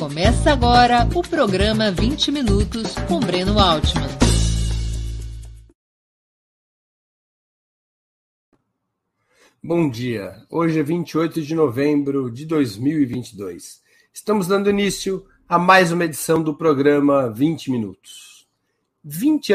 Começa agora o programa 20 Minutos com Breno Altman. Bom dia, hoje é 28 de novembro de 2022. Estamos dando início a mais uma edição do programa 20 Minutos. 20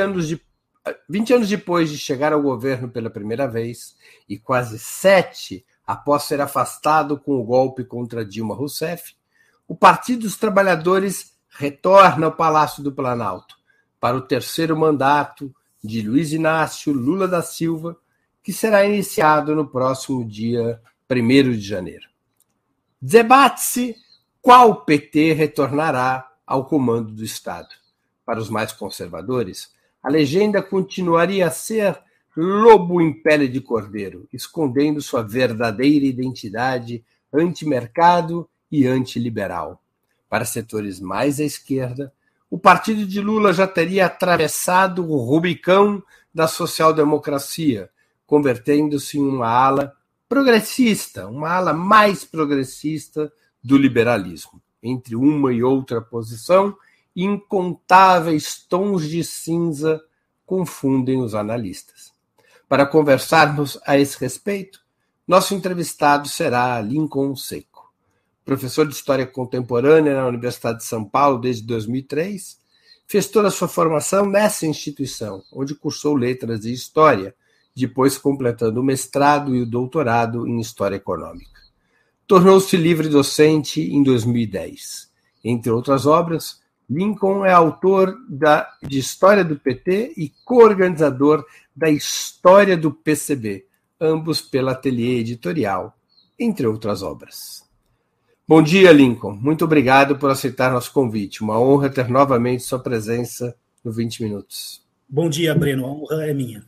anos depois de chegar ao governo pela primeira vez e quase 7 após ser afastado com o golpe contra Dilma Rousseff, o Partido dos Trabalhadores retorna ao Palácio do Planalto para o terceiro mandato de Luiz Inácio Lula da Silva, que será iniciado no próximo dia 1º de janeiro. Debate-se qual PT retornará ao comando do Estado. Para os mais conservadores, a legenda continuaria a ser lobo em pele de cordeiro, escondendo sua verdadeira identidade antimercado e antiliberal. Para setores mais à esquerda, o partido de Lula já teria atravessado o Rubicão da social-democracia, convertendo-se em uma ala progressista, uma ala mais progressista do liberalismo. Entre uma e outra posição, incontáveis tons de cinza confundem os analistas. Para conversarmos a esse respeito, nosso entrevistado será Lincoln Seco. Professor de História Contemporânea na Universidade de São Paulo desde 2003, fez toda a sua formação nessa instituição, onde cursou Letras e História, depois completando o mestrado e o doutorado em História Econômica. Tornou-se livre docente em 2010. Entre outras obras, Lincoln é autor de História do PT e co-organizador da História do PCB, ambos pela Ateliê Editorial, entre outras obras. Bom dia, Lincoln. Muito obrigado por aceitar nosso convite. Uma honra ter novamente sua presença no 20 Minutos. Bom dia, Breno. A honra é minha.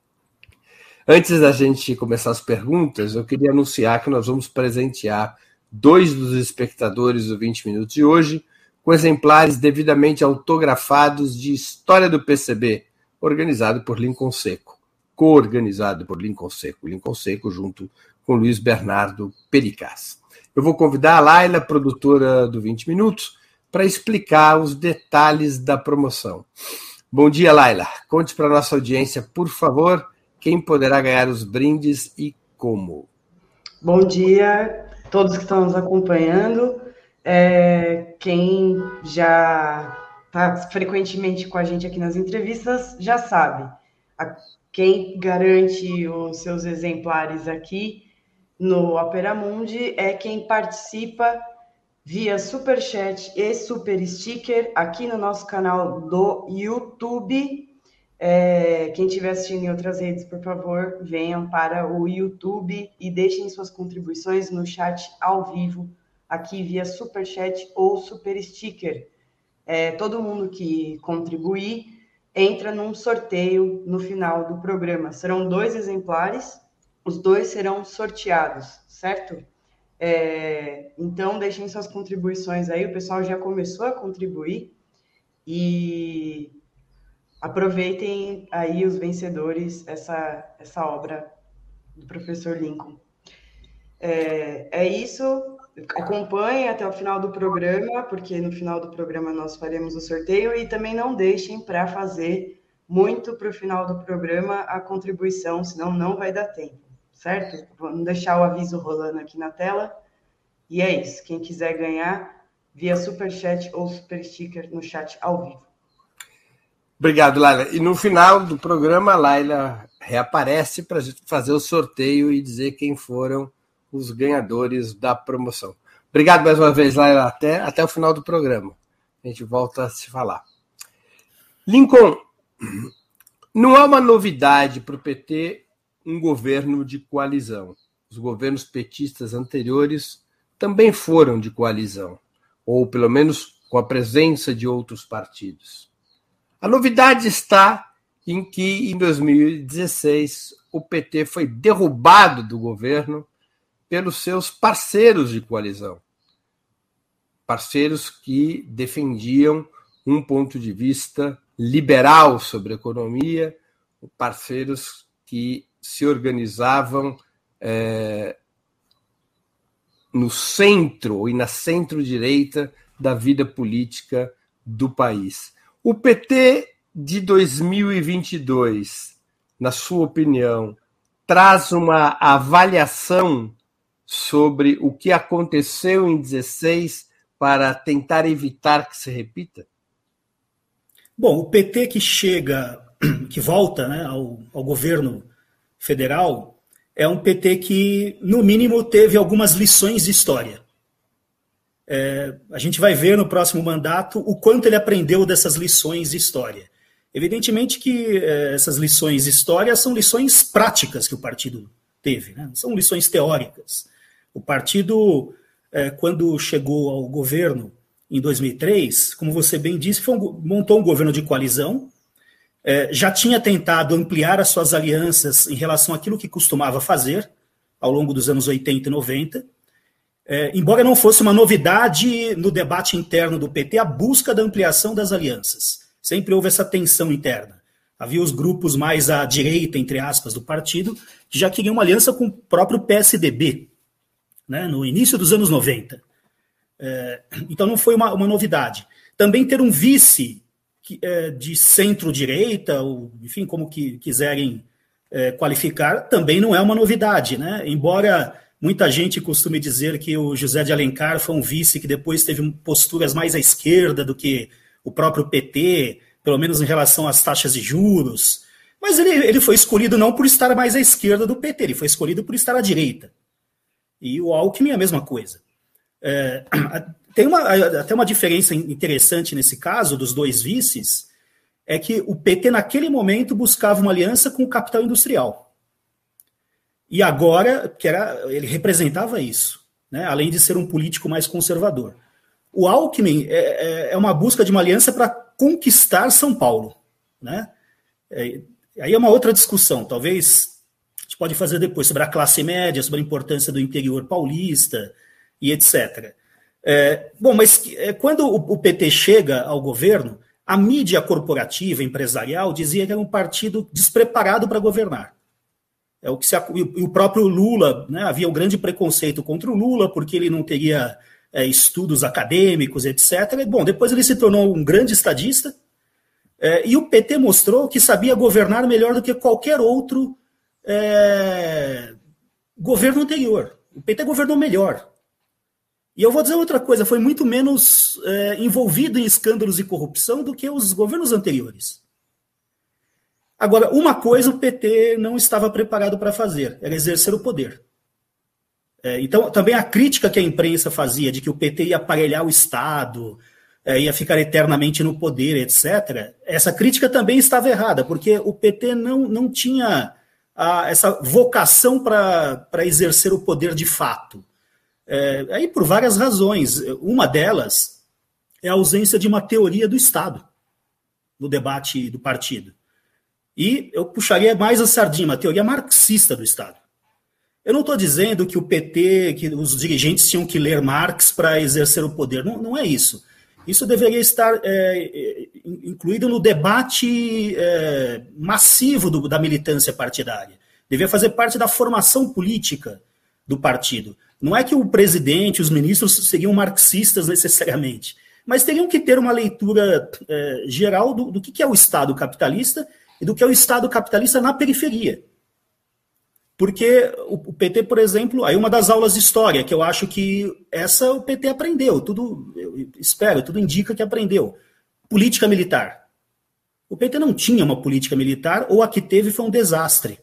Antes da gente começar as perguntas, eu queria anunciar que nós vamos presentear 2 dos espectadores do 20 Minutos de hoje com exemplares devidamente autografados de História do PCB, organizado por Lincoln Seco, co-organizado por Lincoln Seco junto com Luiz Bernardo Pericaz. Eu vou convidar a Laila, produtora do 20 Minutos, para explicar os detalhes da promoção. Bom dia, Laila. Conte para a nossa audiência, por favor, quem poderá ganhar os brindes e como. Bom dia a todos que estão nos acompanhando. Quem já está frequentemente com a gente aqui nas entrevistas já sabe. Quem garante os seus exemplares aqui no Opera Mundi é quem participa via Superchat e Super Sticker aqui no nosso canal do YouTube. Quem estiver assistindo em outras redes, por favor, venham para o YouTube e deixem suas contribuições no chat ao vivo, aqui via Superchat ou Super Sticker. Todo mundo que contribuir entra num sorteio no final do programa. Serão 2 exemplares, os 2 serão sorteados, certo? Então, deixem suas contribuições aí, o pessoal já começou a contribuir e aproveitem aí os vencedores, essa obra do professor Lincoln. É isso, acompanhem até o final do programa, porque no final do programa nós faremos o sorteio e também não deixem para fazer muito para o final do programa a contribuição, senão não vai dar tempo, certo? Vamos deixar o aviso rolando aqui na tela e é isso, quem quiser ganhar via Superchat ou Super Sticker no chat ao vivo. Obrigado, Laila. E no final do programa, a Laila reaparece para a gente fazer o sorteio e dizer quem foram os ganhadores da promoção. Obrigado mais uma vez, Laila. Até o final do programa. A gente volta a se falar. Lincoln, não há uma novidade para o PT um governo de coalizão. Os governos petistas anteriores também foram de coalizão, ou pelo menos com a presença de outros partidos. A novidade está em que, em 2016, o PT foi derrubado do governo pelos seus parceiros de coalizão. Parceiros que defendiam um ponto de vista liberal sobre a economia, parceiros que se organizavam no centro e na centro-direita da vida política do país. O PT de 2022, na sua opinião, traz uma avaliação sobre o que aconteceu em 16 para tentar evitar que se repita? Bom, o PT que volta, né, ao governo federal, é um PT que, no mínimo, teve algumas lições de história. A gente vai ver no próximo mandato o quanto ele aprendeu dessas lições de história. Evidentemente que essas lições de história são lições práticas que o partido teve, né? São lições teóricas. O partido, quando chegou ao governo em 2003, como você bem disse, montou um governo de coalizão, já tinha tentado ampliar as suas alianças em relação àquilo que costumava fazer ao longo dos anos 80 e 90, embora não fosse uma novidade no debate interno do PT a busca da ampliação das alianças. Sempre houve essa tensão interna. Havia os grupos mais à direita, entre aspas, do partido, que já queriam uma aliança com o próprio PSDB, né, no início dos anos 90. Então não foi uma novidade. Também ter um vice de centro-direita, ou enfim, como que quiserem qualificar, também não é uma novidade, né? Embora muita gente costume dizer que o José de Alencar foi um vice que depois teve posturas mais à esquerda do que o próprio PT, pelo menos em relação às taxas de juros, mas ele foi escolhido não por estar mais à esquerda do PT, ele foi escolhido por estar à direita. E o Alckmin é a mesma coisa. Tem até uma diferença interessante nesse caso dos dois vices, é que o PT naquele momento buscava uma aliança com o capital industrial. E agora, ele representava isso, né, além de ser um político mais conservador. O Alckmin é uma busca de uma aliança para conquistar São Paulo, né? Aí é uma outra discussão, talvez a gente pode fazer depois, sobre a classe média, sobre a importância do interior paulista e etc. Bom, mas quando o PT chega ao governo, a mídia corporativa, empresarial, dizia que era um partido despreparado para governar. O próprio Lula, né, havia um grande preconceito contra o Lula, porque ele não teria estudos acadêmicos, etc. Bom, depois ele se tornou um grande estadista, e o PT mostrou que sabia governar melhor do que qualquer outro governo anterior. O PT governou melhor. E eu vou dizer outra coisa, foi muito menos envolvido em escândalos de corrupção do que os governos anteriores. Agora, uma coisa o PT não estava preparado para fazer, era exercer o poder. Então, também a crítica que a imprensa fazia de que o PT ia aparelhar o Estado, ia ficar eternamente no poder, etc., essa crítica também estava errada, porque o PT não tinha essa vocação para exercer o poder de fato. Aí por várias razões. Uma delas é a ausência de uma teoria do Estado no debate do partido. E eu puxaria mais a sardinha, uma teoria marxista do Estado. Eu não estou dizendo que o PT, que os dirigentes tinham que ler Marx para exercer o poder. Não é isso. Isso deveria estar incluído no debate massivo da militância partidária. Deveria fazer parte da formação política do partido. Não é que o presidente, os ministros seriam marxistas necessariamente, mas teriam que ter uma leitura geral do que é o Estado capitalista e do que é o Estado capitalista na periferia. Porque o PT, por exemplo, aí uma das aulas de história, que eu acho que essa o PT aprendeu, eu espero, tudo indica que aprendeu. Política militar. O PT não tinha uma política militar, ou a que teve foi um desastre.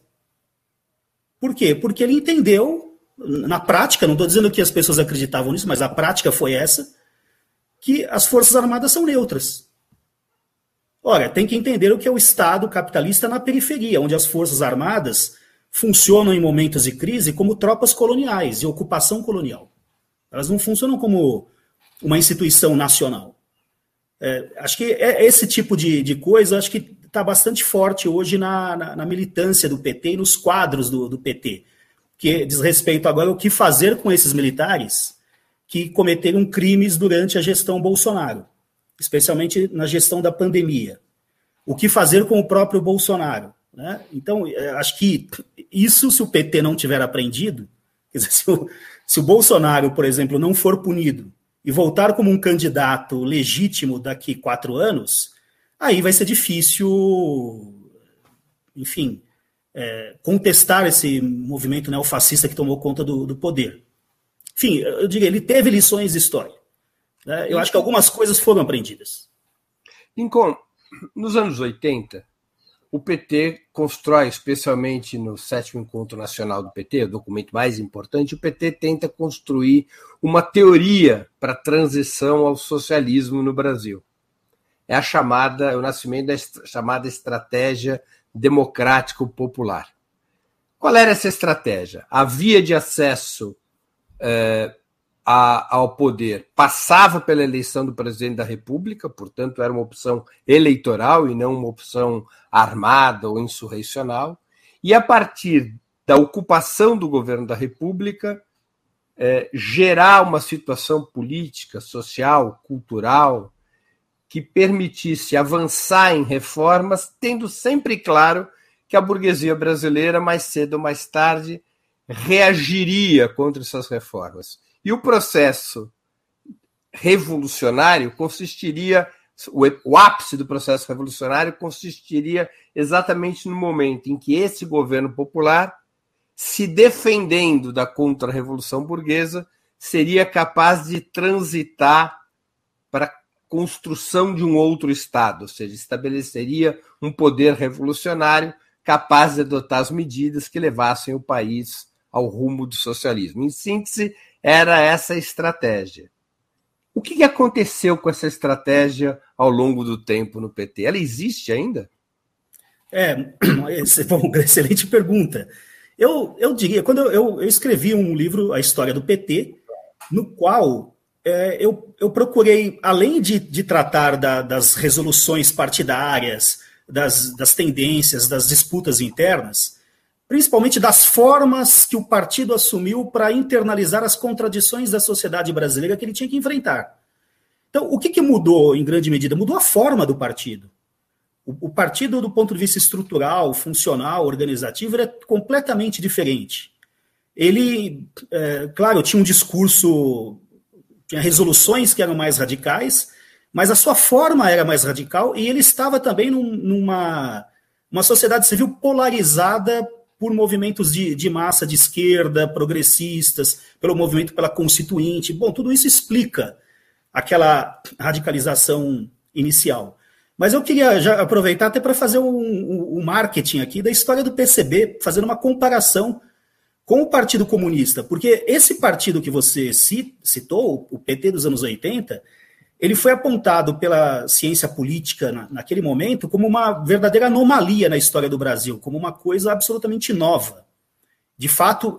Por quê? Porque ele entendeu, na prática, não estou dizendo que as pessoas acreditavam nisso, mas a prática foi essa, que as Forças Armadas são neutras. Ora, tem que entender o que é o Estado capitalista na periferia, onde as Forças Armadas funcionam em momentos de crise como tropas coloniais, de ocupação colonial. Elas não funcionam como uma instituição nacional. Acho que esse tipo de coisa acho que está bastante forte hoje na militância do PT e nos quadros do PT, que diz respeito agora ao que fazer com esses militares que cometeram crimes durante a gestão Bolsonaro, especialmente na gestão da pandemia. O que fazer com o próprio Bolsonaro? Né? Então, acho que isso, se o PT não tiver aprendido, quer dizer, se o Bolsonaro, por exemplo, não for punido e voltar como um candidato legítimo daqui 4 anos, aí vai ser difícil, enfim, contestar esse movimento neofascista que tomou conta do poder. Enfim, eu diria, ele teve lições de história, né? Eu acho que algumas coisas foram aprendidas. Lincoln, nos anos 80, o PT constrói, especialmente no 7º Encontro Nacional do PT, o documento mais importante, o PT tenta construir uma teoria para a transição ao socialismo no Brasil. É o nascimento da chamada estratégia democrático-popular. Qual era essa estratégia? A via de acesso ao poder passava pela eleição do presidente da República, portanto era uma opção eleitoral e não uma opção armada ou insurrecional, e a partir da ocupação do governo da República, gerar uma situação política, social, cultural, que permitisse avançar em reformas, tendo sempre claro que a burguesia brasileira, mais cedo ou mais tarde, reagiria contra essas reformas. E o processo revolucionário consistiria, o ápice do processo revolucionário consistiria exatamente no momento em que esse governo popular, se defendendo da contra-revolução burguesa, seria capaz de transitar para a construção de um outro Estado, ou seja, estabeleceria um poder revolucionário capaz de adotar as medidas que levassem o país ao rumo do socialismo. Em síntese, era essa a estratégia. O que aconteceu com essa estratégia ao longo do tempo no PT? Ela existe ainda? Excelente pergunta. Eu diria, quando eu escrevi um livro, A História do PT, no qual eu procurei, além de tratar das resoluções partidárias, das tendências, das disputas internas, principalmente das formas que o partido assumiu para internalizar as contradições da sociedade brasileira que ele tinha que enfrentar. Então, o que mudou em grande medida? Mudou a forma do partido. O partido, do ponto de vista estrutural, funcional, organizativo, era completamente diferente. Ele, claro, tinha um discurso, tinha resoluções que eram mais radicais, mas a sua forma era mais radical e ele estava também numa sociedade civil polarizada por movimentos de massa de esquerda, progressistas, pelo movimento pela Constituinte. Bom, tudo isso explica aquela radicalização inicial. Mas eu queria já aproveitar até para fazer um marketing aqui da história do PCB, fazendo uma comparação com o Partido Comunista, porque esse partido que você citou, o PT dos anos 80, ele foi apontado pela ciência política naquele momento como uma verdadeira anomalia na história do Brasil, como uma coisa absolutamente nova. De fato,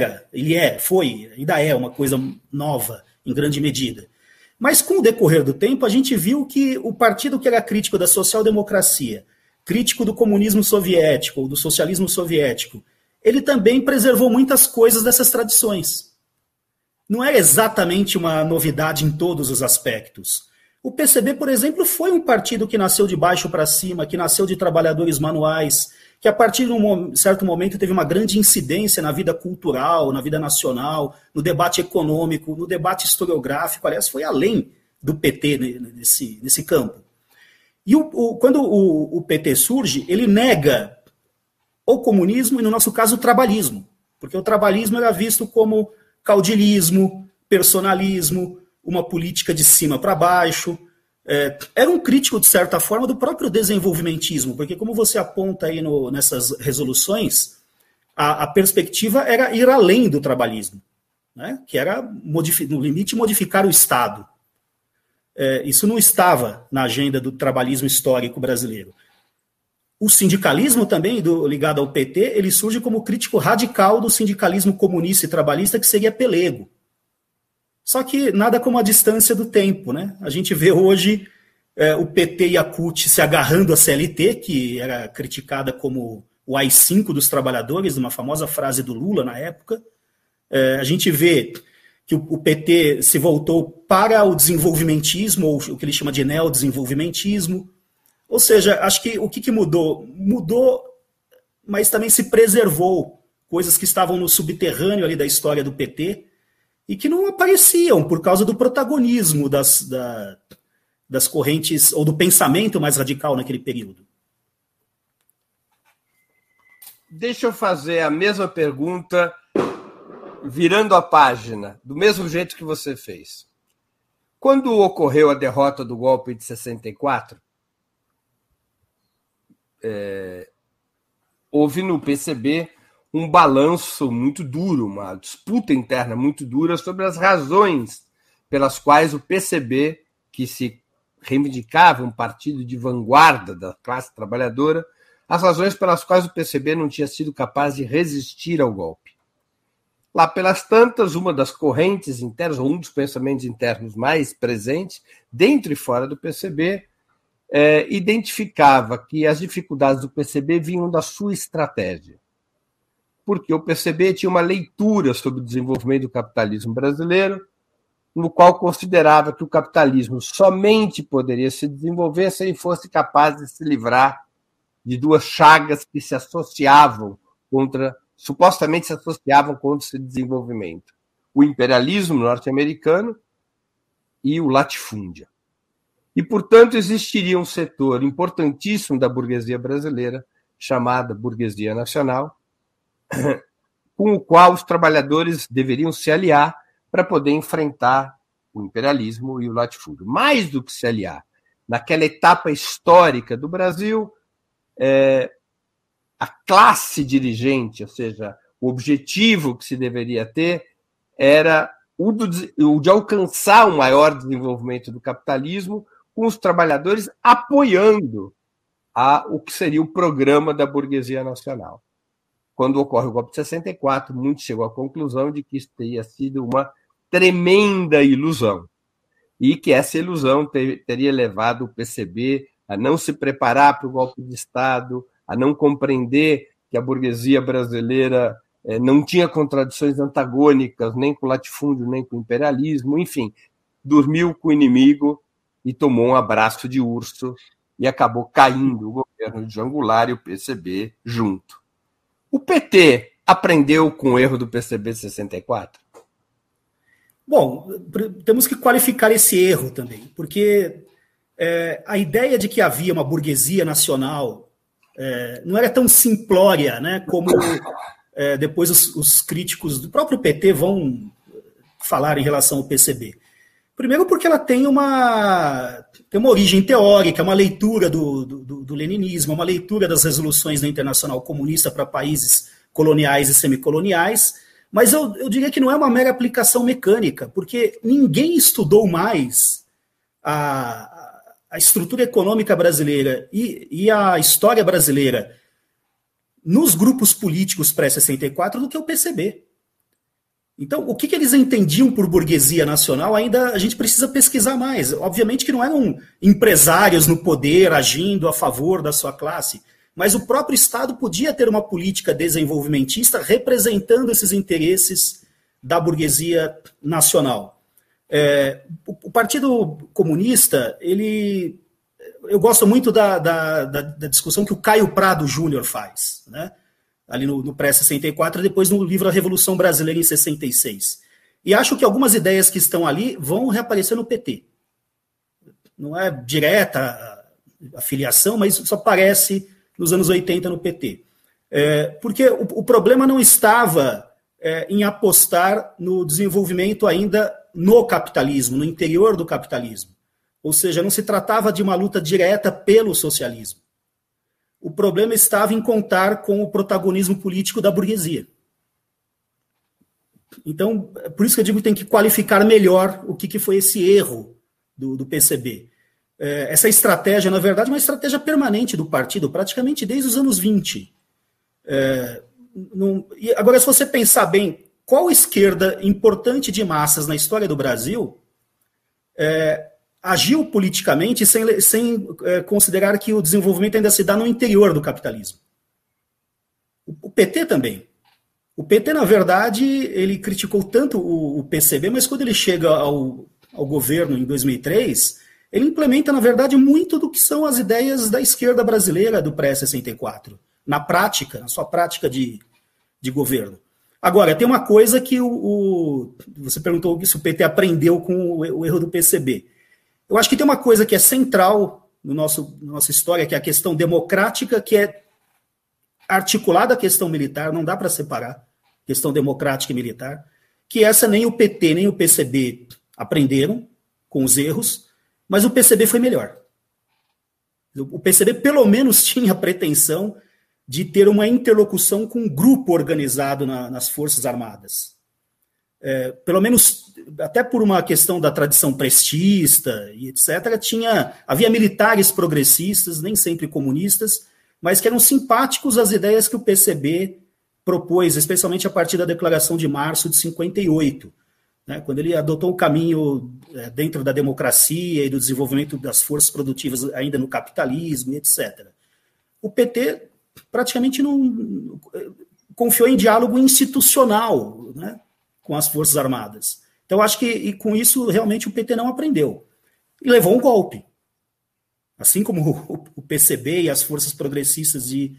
ainda é uma coisa nova, em grande medida. Mas com o decorrer do tempo, a gente viu que o partido que era crítico da social-democracia, crítico do comunismo soviético, ou do socialismo soviético, ele também preservou muitas coisas dessas tradições. Não é exatamente uma novidade em todos os aspectos. O PCB, por exemplo, foi um partido que nasceu de baixo para cima, que nasceu de trabalhadores manuais, que a partir de um certo momento teve uma grande incidência na vida cultural, na vida nacional, no debate econômico, no debate historiográfico, aliás, foi além do PT nesse campo. E quando o PT surge, ele nega o comunismo e, no nosso caso, o trabalhismo, porque o trabalhismo era visto como caudilismo, personalismo, uma política de cima para baixo. Era um crítico, de certa forma, do próprio desenvolvimentismo, porque, como você aponta aí nessas resoluções, a perspectiva era ir além do trabalhismo, né? Que era, no limite, modificar o Estado. Isso não estava na agenda do trabalhismo histórico brasileiro. O sindicalismo também, ligado ao PT, ele surge como crítico radical do sindicalismo comunista e trabalhista, que seria pelego. Só que nada como a distância do tempo, né? A gente vê hoje o PT e a CUT se agarrando à CLT, que era criticada como o AI-5 dos trabalhadores, uma famosa frase do Lula na época. A gente vê que o PT se voltou para o desenvolvimentismo, ou o que ele chama de neodesenvolvimentismo. Ou seja, acho que o que mudou? Mudou, mas também se preservou coisas que estavam no subterrâneo ali da história do PT e que não apareciam por causa do protagonismo das correntes, ou do pensamento mais radical naquele período. Deixa eu fazer a mesma pergunta, virando a página, do mesmo jeito que você fez. Quando ocorreu a derrota do golpe de 64, houve no PCB um balanço muito duro, uma disputa interna muito dura sobre as razões pelas quais o PCB, que se reivindicava um partido de vanguarda da classe trabalhadora, as razões pelas quais o PCB não tinha sido capaz de resistir ao golpe. Lá pelas tantas, uma das correntes internas, ou um dos pensamentos internos mais presentes, dentro e fora do PCB, identificava que as dificuldades do PCB vinham da sua estratégia. Porque o PCB tinha uma leitura sobre o desenvolvimento do capitalismo brasileiro, no qual considerava que o capitalismo somente poderia se desenvolver se ele fosse capaz de se livrar de duas chagas que se associavam supostamente se associavam contra esse desenvolvimento: o imperialismo norte-americano e o latifúndio. E, portanto, existiria um setor importantíssimo da burguesia brasileira, chamada burguesia nacional, com o qual os trabalhadores deveriam se aliar para poder enfrentar o imperialismo e o latifúndio. Mais do que se aliar, naquela etapa histórica do Brasil, a classe dirigente, ou seja, o objetivo que se deveria ter era o de alcançar um maior desenvolvimento do capitalismo, com os trabalhadores apoiando o que seria o programa da burguesia nacional. Quando ocorre o golpe de 64, muitos chegou à conclusão de que isso teria sido uma tremenda ilusão e que essa ilusão teria levado o PCB a não se preparar para o golpe de Estado, a não compreender que a burguesia brasileira não tinha contradições antagônicas nem com o latifúndio, nem com o imperialismo, enfim, dormiu com o inimigo e tomou um abraço de urso e acabou caindo o governo de João Goulart e o PCB junto. O PT aprendeu com o erro do PCB de 64? Bom, temos que qualificar esse erro também, porque a ideia de que havia uma burguesia nacional não era tão simplória, né, como depois os críticos do próprio PT vão falar em relação ao PCB. Primeiro porque ela tem uma origem teórica, uma leitura do leninismo, uma leitura das resoluções da Internacional Comunista para países coloniais e semicoloniais, mas eu diria que não é uma mera aplicação mecânica, porque ninguém estudou mais a estrutura econômica brasileira e a história brasileira nos grupos políticos pré-64 do que o PCB. Então, o que eles entendiam por burguesia nacional, ainda a gente precisa pesquisar mais. Obviamente que não eram empresários no poder agindo a favor da sua classe, mas o próprio Estado podia ter uma política desenvolvimentista representando esses interesses da burguesia nacional. O Partido Comunista, eu gosto muito da discussão que o Caio Prado Júnior faz, né? Ali no pré-64, e depois no livro A Revolução Brasileira em 66. E acho que algumas ideias que estão ali vão reaparecer no PT. Não é direta a filiação, mas só aparece nos anos 80 no PT. Porque o problema não estava em apostar no desenvolvimento ainda no capitalismo, no interior do capitalismo. Ou seja, não se tratava de uma luta direta pelo socialismo. O problema estava em contar com o protagonismo político da burguesia. Então, por isso que eu digo que tem que qualificar melhor o que foi esse erro do PCB. Essa estratégia, na verdade, é uma estratégia permanente do partido, praticamente desde os anos 20. E agora, se você pensar bem, qual esquerda importante de massas na história do Brasil agiu politicamente sem considerar que o desenvolvimento ainda se dá no interior do capitalismo? O PT também. O PT, na verdade, ele criticou tanto o PCB, mas quando ele chega ao governo em 2003, ele implementa, na verdade, muito do que são as ideias da esquerda brasileira do pré-64, na prática, na sua prática de governo. Agora, tem uma coisa que você perguntou se o PT aprendeu com o erro do PCB. Eu acho que tem uma coisa que é central na nossa história, que é a questão democrática, que é articulada à questão militar, não dá para separar questão democrática e militar, que essa nem o PT nem o PCB aprenderam com os erros, mas o PCB foi melhor. O PCB pelo menos tinha a pretensão de ter uma interlocução com um grupo organizado nas Forças Armadas. Pelo menos, até por uma questão da tradição prestista e etc., havia militares progressistas, nem sempre comunistas, mas que eram simpáticos às ideias que o PCB propôs, especialmente a partir da Declaração de Março de 58, né, quando ele adotou o caminho dentro da democracia e do desenvolvimento das forças produtivas ainda no capitalismo e etc. O PT praticamente não confiou em diálogo institucional, né, com as Forças Armadas. Então, acho que com isso, realmente, o PT não aprendeu. E levou um golpe. Assim como o PCB e as forças progressistas de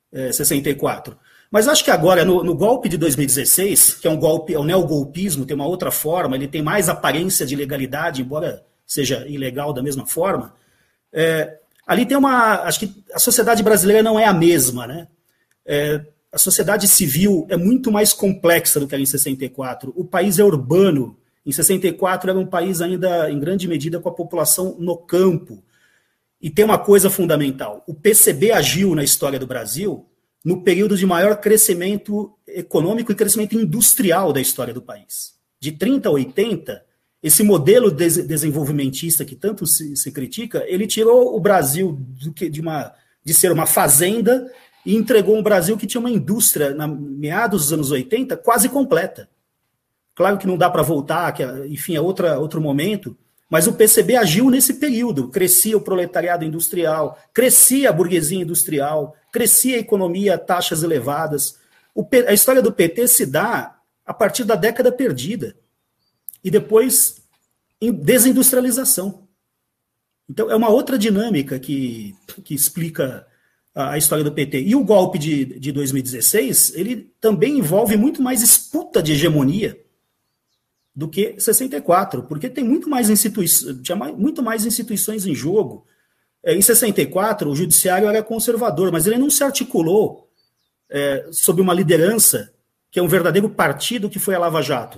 64. Mas acho que agora, no golpe de 2016, que é um golpe, é o neogolpismo, tem uma outra forma, ele tem mais aparência de legalidade, embora seja ilegal da mesma forma, ali tem acho que a sociedade brasileira não é a mesma, né? A sociedade civil é muito mais complexa do que era em 64. O país é urbano. Em 64 era um país ainda, em grande medida, com a população no campo. E tem uma coisa fundamental. O PCB agiu na história do Brasil no período de maior crescimento econômico e crescimento industrial da história do país. De 30 a 80, esse modelo desenvolvimentista que tanto se critica, ele tirou o Brasil de ser uma fazenda e entregou um Brasil que tinha uma indústria, na meados dos anos 80, quase completa. Claro que não dá para voltar, enfim, é outro momento, mas o PCB agiu nesse período. Crescia o proletariado industrial, crescia a burguesia industrial, crescia a economia a taxas elevadas. A história do PT se dá a partir da década perdida. E depois, em desindustrialização. Então, é uma outra dinâmica que explica a história do PT. E o golpe de 2016, ele também envolve muito mais disputa de hegemonia do que 64, porque tem tinha muito mais instituições em jogo. Em 64, o judiciário era conservador, mas ele não se articulou sob uma liderança que é um verdadeiro partido, que foi a Lava Jato.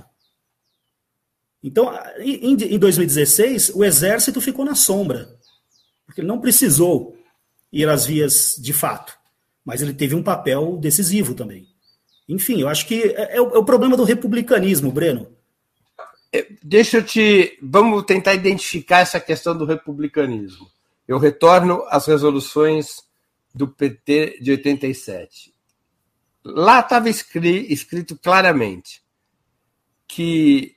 Então, em 2016, o Exército ficou na sombra, porque ele não precisou ir às vias de fato, mas ele teve um papel decisivo também. Enfim, eu acho que é o problema do republicanismo, Breno. Vamos tentar identificar essa questão do republicanismo. Eu retorno às resoluções do PT de 87. Lá estava escrito claramente que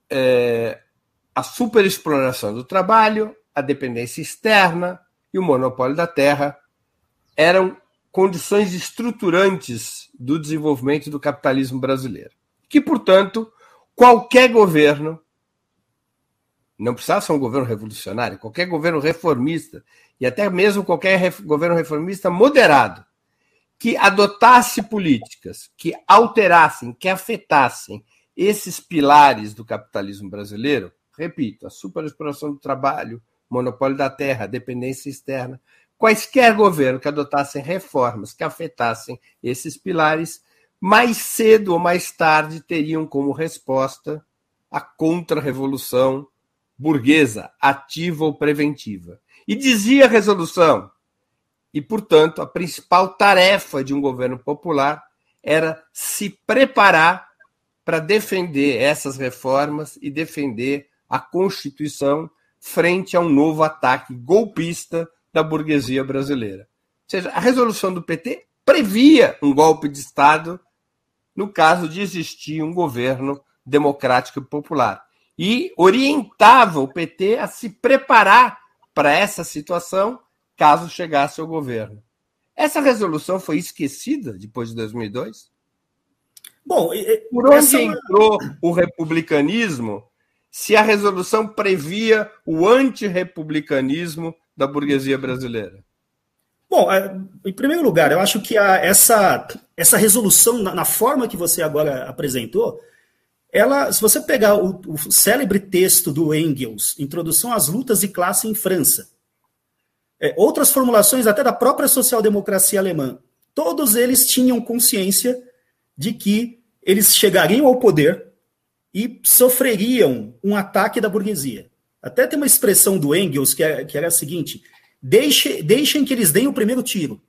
a superexploração do trabalho, a dependência externa e o monopólio da terra eram condições estruturantes do desenvolvimento do capitalismo brasileiro. Que, portanto, qualquer governo, não precisava ser um governo revolucionário, qualquer governo reformista, e até mesmo qualquer governo reformista moderado, que adotasse políticas que alterassem, que afetassem esses pilares do capitalismo brasileiro, repito, a superexploração do trabalho, monopólio da terra, dependência externa, quaisquer governo que adotassem reformas que afetassem esses pilares, mais cedo ou mais tarde teriam como resposta a contra-revolução burguesa, ativa ou preventiva. E dizia a resolução, e, portanto, a principal tarefa de um governo popular era se preparar para defender essas reformas e defender a Constituição frente a um novo ataque golpista da burguesia brasileira. Ou seja, a resolução do PT previa um golpe de Estado no caso de existir um governo democrático e popular. E orientava o PT a se preparar para essa situação caso chegasse ao governo. Essa resolução foi esquecida depois de 2002? Bom, por onde entrou o republicanismo se a resolução previa o antirrepublicanismo da burguesia brasileira? Bom, em primeiro lugar, eu acho que essa resolução, na forma que você agora apresentou, ela, se você pegar o célebre texto do Engels, Introdução às Lutas de Classe em França, outras formulações até da própria social-democracia alemã, todos eles tinham consciência de que eles chegariam ao poder e sofreriam um ataque da burguesia. Até tem uma expressão do Engels que era a seguinte: deixem que eles deem o primeiro tiro.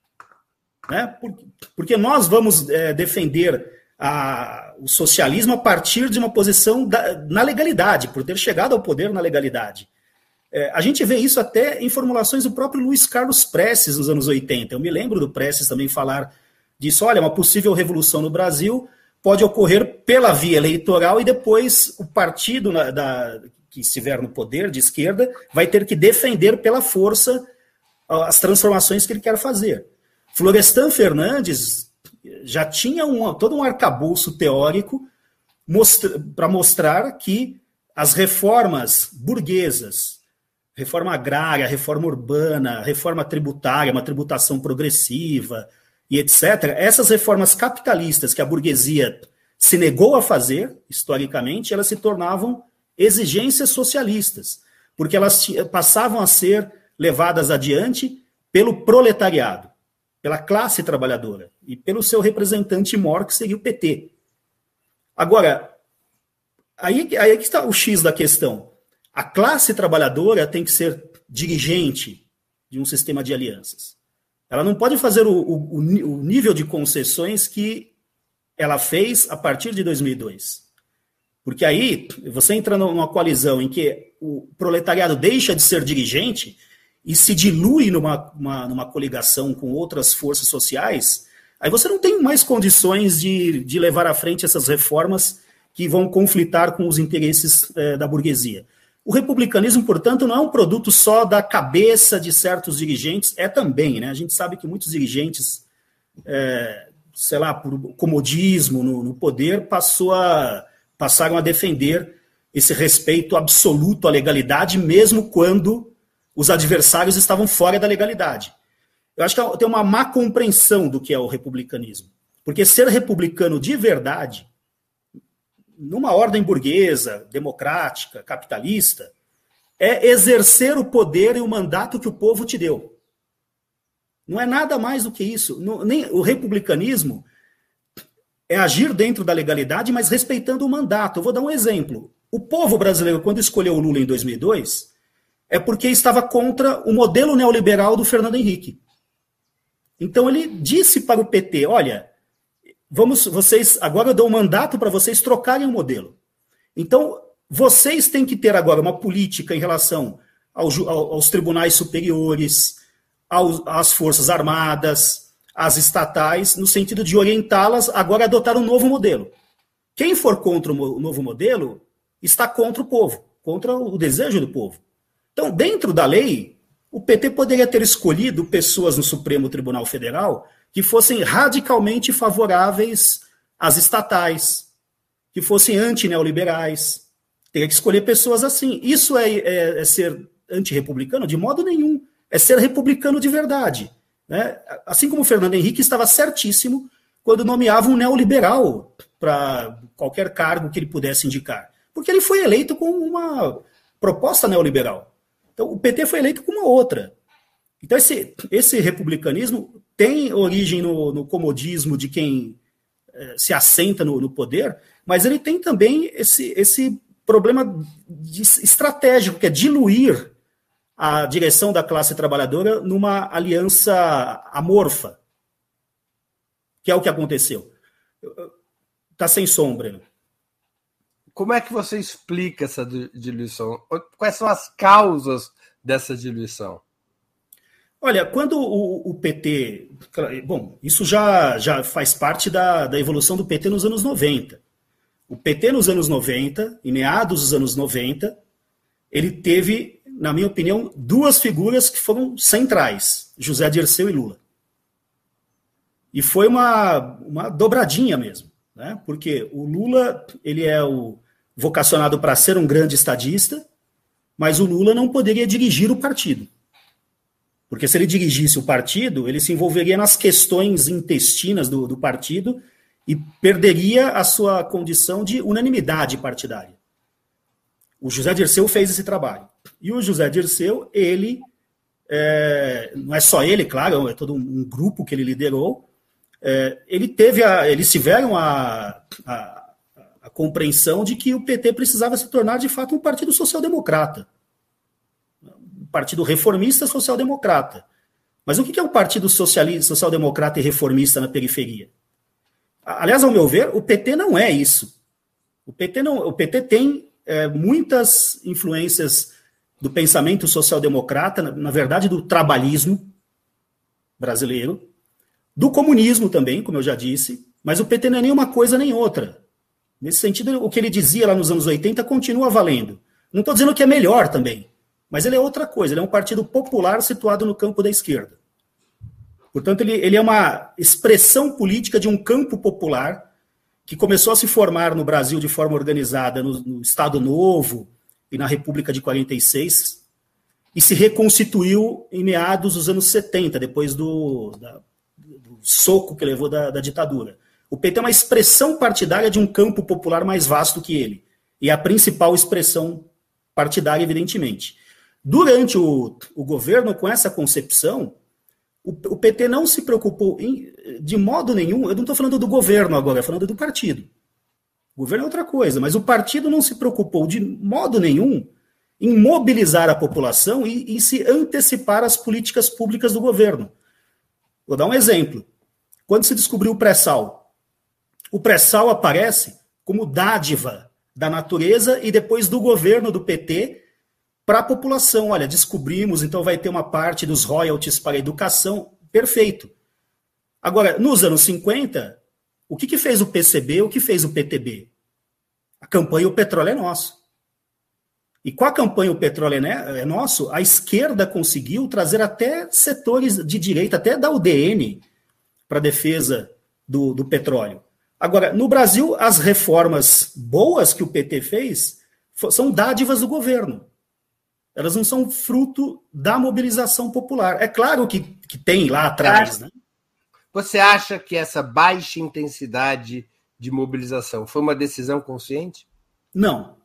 Né? Porque nós vamos defender o socialismo a partir de uma posição na legalidade, por ter chegado ao poder na legalidade. A gente vê isso até em formulações do próprio Luiz Carlos Prestes nos anos 80. Eu me lembro do Prestes também falar disso. Olha, uma possível revolução no Brasil pode ocorrer pela via eleitoral e depois o partido que estiver no poder, de esquerda, vai ter que defender pela força as transformações que ele quer fazer. Florestan Fernandes já tinha todo um arcabouço teórico para mostrar que as reformas burguesas, reforma agrária, reforma urbana, reforma tributária, uma tributação progressiva e etc., essas reformas capitalistas que a burguesia se negou a fazer, historicamente, elas se tornavam exigências socialistas, porque elas passavam a ser levadas adiante pelo proletariado, pela classe trabalhadora e pelo seu representante maior, que seria o PT. Agora, aí que está o X da questão. A classe trabalhadora tem que ser dirigente de um sistema de alianças. Ela não pode fazer o nível de concessões que ela fez a partir de 2002. Porque aí você entra numa coalizão em que o proletariado deixa de ser dirigente e se dilui numa coligação com outras forças sociais, aí você não tem mais condições de levar à frente essas reformas que vão conflitar com os interesses da burguesia. O republicanismo, portanto, não é um produto só da cabeça de certos dirigentes, é também, né? A gente sabe que muitos dirigentes, sei lá, por comodismo no poder, passaram a defender esse respeito absoluto à legalidade, mesmo quando os adversários estavam fora da legalidade. Eu acho que tem uma má compreensão do que é o republicanismo. Porque ser republicano de verdade, numa ordem burguesa, democrática, capitalista, é exercer o poder e o mandato que o povo te deu. Não é nada mais do que isso. O republicanismo é agir dentro da legalidade, mas respeitando o mandato. Eu vou dar um exemplo. O povo brasileiro, quando escolheu o Lula em 2002, é porque estava contra o modelo neoliberal do Fernando Henrique. Então ele disse para o PT, olha, agora eu dou um mandato para vocês trocarem o modelo. Então, vocês têm que ter agora uma política em relação aos tribunais superiores, às forças armadas, às estatais, no sentido de orientá-las agora a adotar um novo modelo. Quem for contra o novo modelo está contra o povo, contra o desejo do povo. Então, dentro da lei, o PT poderia ter escolhido pessoas no Supremo Tribunal Federal que fossem radicalmente favoráveis às estatais, que fossem antineoliberais. Teria que escolher pessoas assim. Isso é ser antirrepublicano? De modo nenhum. É ser republicano de verdade. Né? Assim como o Fernando Henrique estava certíssimo quando nomeava um neoliberal para qualquer cargo que ele pudesse indicar. Porque ele foi eleito com uma proposta neoliberal. Então, o PT foi eleito com uma outra. Então, esse republicanismo tem origem no comodismo de quem se assenta no poder, mas ele tem também esse problema estratégico, que é diluir a direção da classe trabalhadora numa aliança amorfa, que é o que aconteceu. Está sem sombra. Né? Como é que você explica essa diluição? Quais são as causas dessa diluição? Olha, quando o PT... Bom, isso já faz parte da evolução do PT nos anos 90. O PT nos anos 90, em meados dos anos 90, ele teve, na minha opinião, duas figuras que foram centrais, José Dirceu e Lula. E foi uma dobradinha mesmo, né? Porque o Lula, ele é vocacionado para ser um grande estadista, mas o Lula não poderia dirigir o partido. Porque se ele dirigisse o partido, ele se envolveria nas questões intestinas do partido e perderia a sua condição de unanimidade partidária. O José Dirceu fez esse trabalho. E o José Dirceu, ele, não é só ele, claro, é todo um grupo que ele liderou, eles tiveram a compreensão de que o PT precisava se tornar, de fato, um partido social-democrata. Um partido reformista social-democrata. Mas o que é um partido social-democrata e reformista na periferia? Aliás, ao meu ver, o PT não é isso. O PT tem muitas influências do pensamento social-democrata, na verdade, do trabalhismo brasileiro, do comunismo também, como eu já disse, mas o PT não é nem uma coisa nem outra. Nesse sentido, o que ele dizia lá nos anos 80 continua valendo. Não estou dizendo que é melhor também, mas ele é outra coisa, ele é um partido popular situado no campo da esquerda. Portanto, ele é uma expressão política de um campo popular que começou a se formar no Brasil de forma organizada no Estado Novo e na República de 46 e se reconstituiu em meados dos anos 70, depois do soco que levou da ditadura. O PT é uma expressão partidária de um campo popular mais vasto que ele. E é a principal expressão partidária, evidentemente. Durante o governo, com essa concepção, o PT não se preocupou de modo nenhum, eu não estou falando do governo agora, eu estou falando do partido. O governo é outra coisa, mas o partido não se preocupou de modo nenhum em mobilizar a população e se antecipar às políticas públicas do governo. Vou dar um exemplo. Quando se descobriu o pré-sal, o pré-sal aparece como dádiva da natureza e depois do governo do PT para a população. Olha, descobrimos, então vai ter uma parte dos royalties para a educação. Perfeito. Agora, nos anos 50, o que fez o PCB, o que fez o PTB? A campanha O Petróleo é Nosso. E com a campanha O Petróleo é Nosso, a esquerda conseguiu trazer até setores de direita, até da UDN, para a defesa do petróleo. Agora, no Brasil, as reformas boas que o PT fez são dádivas do governo. Elas não são fruto da mobilização popular. É claro que tem lá atrás, né? Você acha que essa baixa intensidade de mobilização foi uma decisão consciente? Não.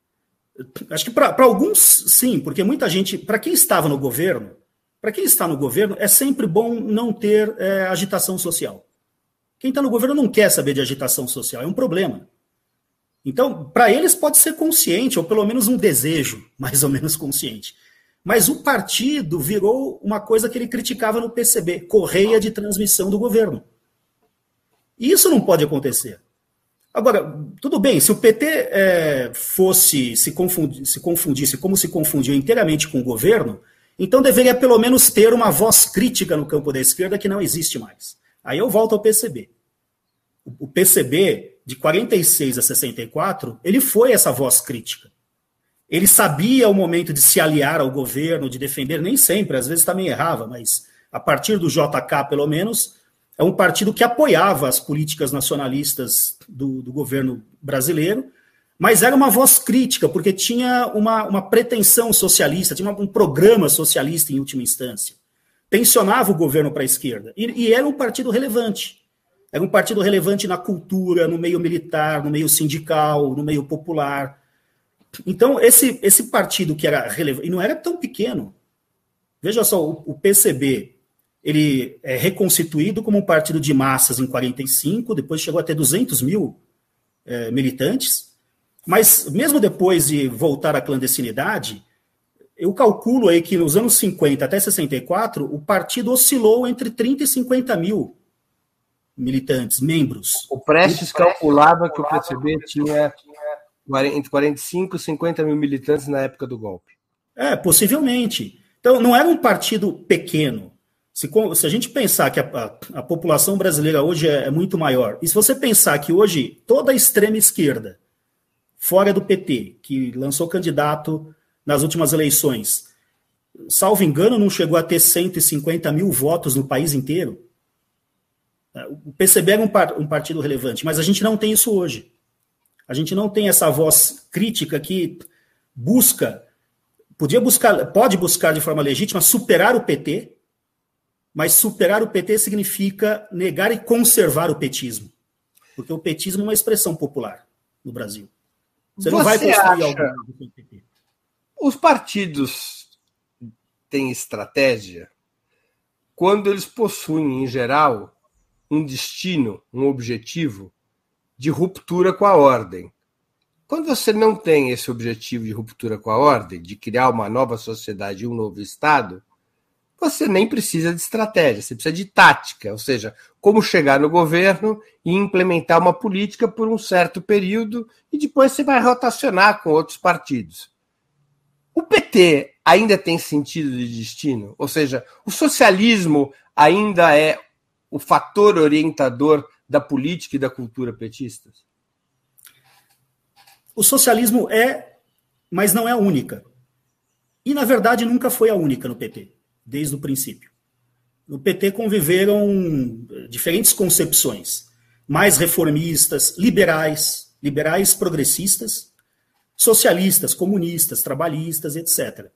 Acho que para alguns, sim, porque muita gente, para quem estava no governo, é sempre bom não ter agitação social. Quem está no governo não quer saber de agitação social, é um problema. Então, para eles pode ser consciente, ou pelo menos um desejo mais ou menos consciente. Mas o partido virou uma coisa que ele criticava no PCB, correia de transmissão do governo. E isso não pode acontecer. Agora, tudo bem, se o PT se confundisse como se confundiu inteiramente com o governo, então deveria pelo menos ter uma voz crítica no campo da esquerda que não existe mais. Aí eu volto ao PCB. O PCB, de 46 a 64, ele foi essa voz crítica. Ele sabia o momento de se aliar ao governo, de defender, nem sempre, às vezes também errava, mas a partir do JK, pelo menos, é um partido que apoiava as políticas nacionalistas do governo brasileiro, mas era uma voz crítica, porque tinha uma pretensão socialista, tinha um programa socialista em última instância. Tensionava o governo para a esquerda. E era um partido relevante. Era um partido relevante na cultura, no meio militar, no meio sindical, no meio popular. Então, esse partido que era relevante, e não era tão pequeno. Veja só, o PCB, ele é reconstituído como um partido de massas em 45, depois chegou a ter 200 mil militantes, mas mesmo depois de voltar à clandestinidade, eu calculo aí que nos anos 50 até 64, o partido oscilou entre 30 e 50 mil militantes, membros. O Prestes calculava que o PCB tinha entre 45 e 50 mil militantes na época do golpe. Possivelmente. Então, não era um partido pequeno. Se a gente pensar que a população brasileira hoje é muito maior, e se você pensar que hoje toda a extrema esquerda, fora do PT, que lançou candidato nas últimas eleições, salvo engano, não chegou a ter 150 mil votos no país inteiro. O PCB era um partido relevante, mas a gente não tem isso hoje. A gente não tem essa voz crítica que busca pode buscar de forma legítima superar o PT, mas superar o PT significa negar e conservar o petismo. Porque o petismo é uma expressão popular no Brasil. Você não vai construir algo do PT. Os partidos têm estratégia quando eles possuem, em geral, um destino, um objetivo de ruptura com a ordem. Quando você não tem esse objetivo de ruptura com a ordem, de criar uma nova sociedade e um novo Estado, você nem precisa de estratégia, você precisa de tática, ou seja, como chegar no governo e implementar uma política por um certo período e depois você vai rotacionar com outros partidos. O PT ainda tem sentido de destino? Ou seja, o socialismo ainda é o fator orientador da política e da cultura petistas? O socialismo mas não é a única. E, na verdade, nunca foi a única no PT, desde o princípio. No PT conviveram diferentes concepções, mais reformistas, liberais progressistas, socialistas, comunistas, trabalhistas, etc.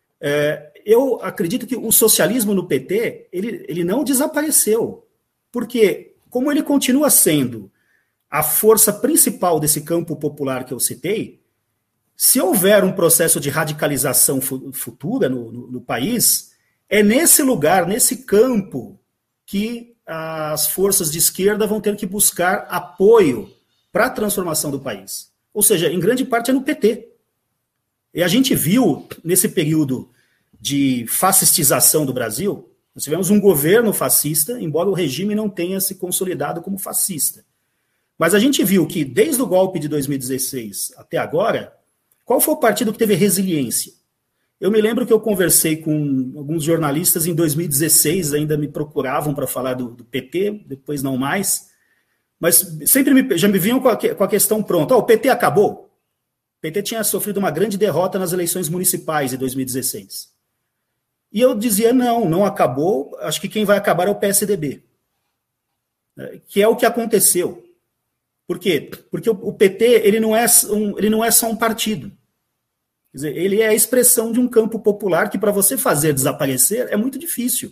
Eu acredito que o socialismo no PT, ele não desapareceu, porque, como ele continua sendo a força principal desse campo popular que eu citei, se houver um processo de radicalização futura no país, é nesse lugar, nesse campo, que as forças de esquerda vão ter que buscar apoio para a transformação do país. Ou seja, em grande parte é no PT. E a gente viu, nesse período de fascistização do Brasil, nós tivemos um governo fascista, embora o regime não tenha se consolidado como fascista. Mas a gente viu que, desde o golpe de 2016 até agora, qual foi o partido que teve resiliência? Eu me lembro que eu conversei com alguns jornalistas em 2016, ainda me procuravam para falar do PT, depois não mais, mas sempre já me vinham com a questão pronta. O PT acabou? O PT tinha sofrido uma grande derrota nas eleições municipais de 2016. E eu dizia, não acabou, acho que quem vai acabar é o PSDB. Que é o que aconteceu. Por quê? Porque o PT ele não é só um partido. Quer dizer, ele é a expressão de um campo popular que, para você fazer desaparecer, é muito difícil.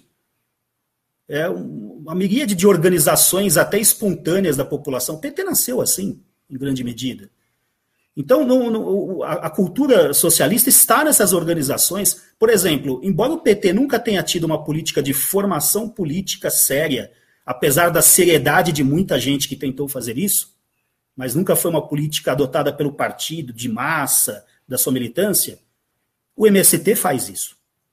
É uma miríade de organizações até espontâneas da população. O PT nasceu assim, em grande medida. Então, a cultura socialista está nessas organizações. Por exemplo, embora o PT nunca tenha tido uma política de formação política séria, apesar da seriedade de muita gente que tentou fazer isso, mas nunca foi uma política adotada pelo partido, de massa, da sua militância, o MST faz isso.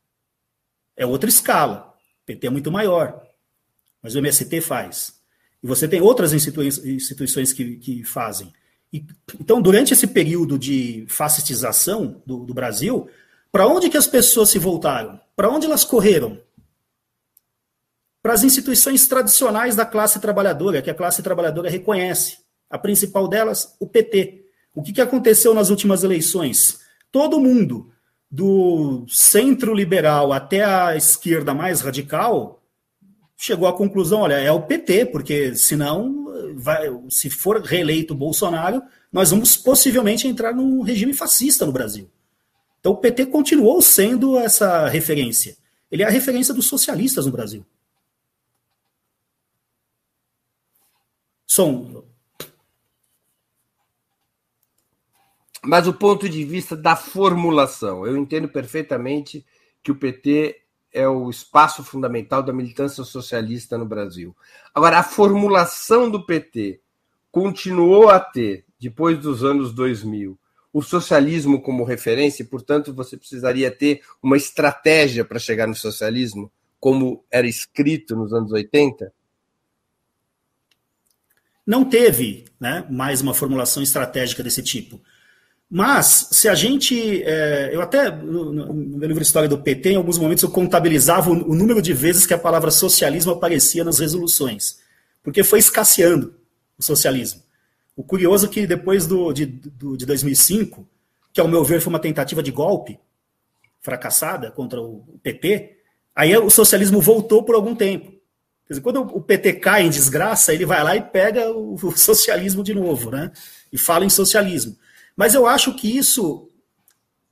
É outra escala. O PT é muito maior, mas o MST faz. E você tem outras instituições que fazem. Então, durante esse período de fascistização do Brasil, para onde que as pessoas se voltaram? Para onde elas correram? Para as instituições tradicionais da classe trabalhadora, que a classe trabalhadora reconhece. A principal delas, o PT. O que aconteceu nas últimas eleições? Todo mundo, do centro liberal até a esquerda mais radical, chegou à conclusão, olha, é o PT, porque senão, se for reeleito Bolsonaro, nós vamos possivelmente entrar num regime fascista no Brasil. Então o PT continuou sendo essa referência. Ele é a referência dos socialistas no Brasil. Mas o ponto de vista da formulação, eu entendo perfeitamente que o PT é o espaço fundamental da militância socialista no Brasil. Agora, a formulação do PT continuou a ter, depois dos anos 2000, o socialismo como referência, e, portanto, você precisaria ter uma estratégia para chegar no socialismo, como era escrito nos anos 80? Não teve, né, mais uma formulação estratégica desse tipo. Mas, se a gente... eu até, no meu livro História do PT, em alguns momentos eu contabilizava o número de vezes que a palavra socialismo aparecia nas resoluções, porque foi escasseando o socialismo. O curioso é que depois de 2005, que ao meu ver foi uma tentativa de golpe fracassada contra o PT, aí o socialismo voltou por algum tempo. Quer dizer, quando o PT cai em desgraça, ele vai lá e pega o socialismo de novo, né? E fala em socialismo. Mas eu acho que isso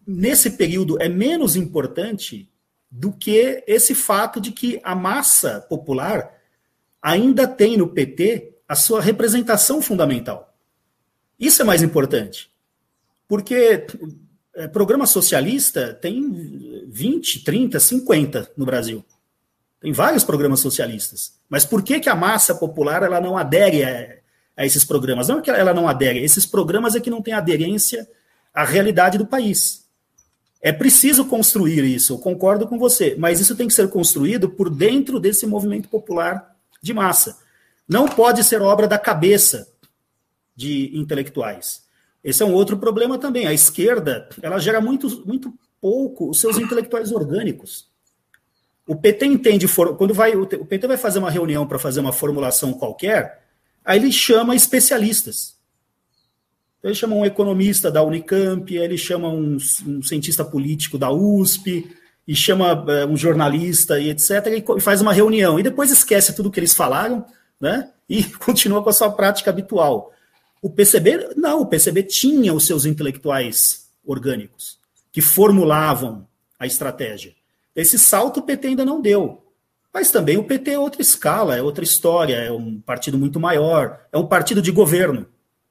nesse período, é menos importante do que esse fato de que a massa popular ainda tem no PT a sua representação fundamental. Isso é mais importante. Porque programa socialista tem 20, 30, 50 no Brasil. Tem vários programas socialistas. Mas por que a massa popular ela não adere a esses programas? Não é que ela não adere, esses programas é que não têm aderência à realidade do país. É preciso construir isso, eu concordo com você, mas isso tem que ser construído por dentro desse movimento popular de massa. Não pode ser obra da cabeça de intelectuais. Esse é um outro problema também. A esquerda, ela gera muito pouco os seus intelectuais orgânicos. O PT entende, quando o PT vai fazer uma reunião para fazer uma formulação qualquer, aí ele chama especialistas. Então, ele chama um economista da Unicamp, ele chama um cientista político da USP, e chama um jornalista e etc., e faz uma reunião. E depois esquece tudo que eles falaram, né, e continua com a sua prática habitual. O PCB, não, o PCB tinha os seus intelectuais orgânicos, que formulavam a estratégia. Esse salto o PT ainda não deu. Mas também o PT é outra escala, é outra história, é um partido muito maior, é um partido de governo.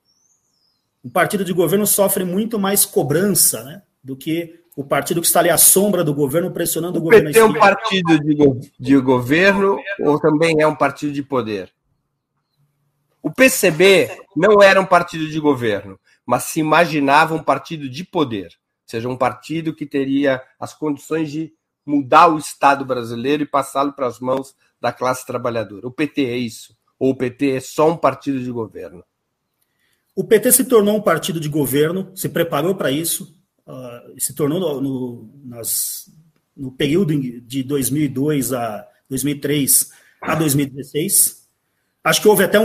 O partido de governo sofre muito mais cobrança, né, do que o partido que está ali à sombra do governo, pressionando o governo. O PT é um partido de governo ou também é um partido de poder? O PCB não era um partido de governo, mas se imaginava um partido de poder, ou seja, um partido que teria as condições de mudar o Estado brasileiro e passá-lo para as mãos da classe trabalhadora. O PT é isso? Ou o PT é só um partido de governo? O PT se tornou um partido de governo, se preparou para isso, se tornou no período de 2002 a 2003 a 2016. Acho que houve até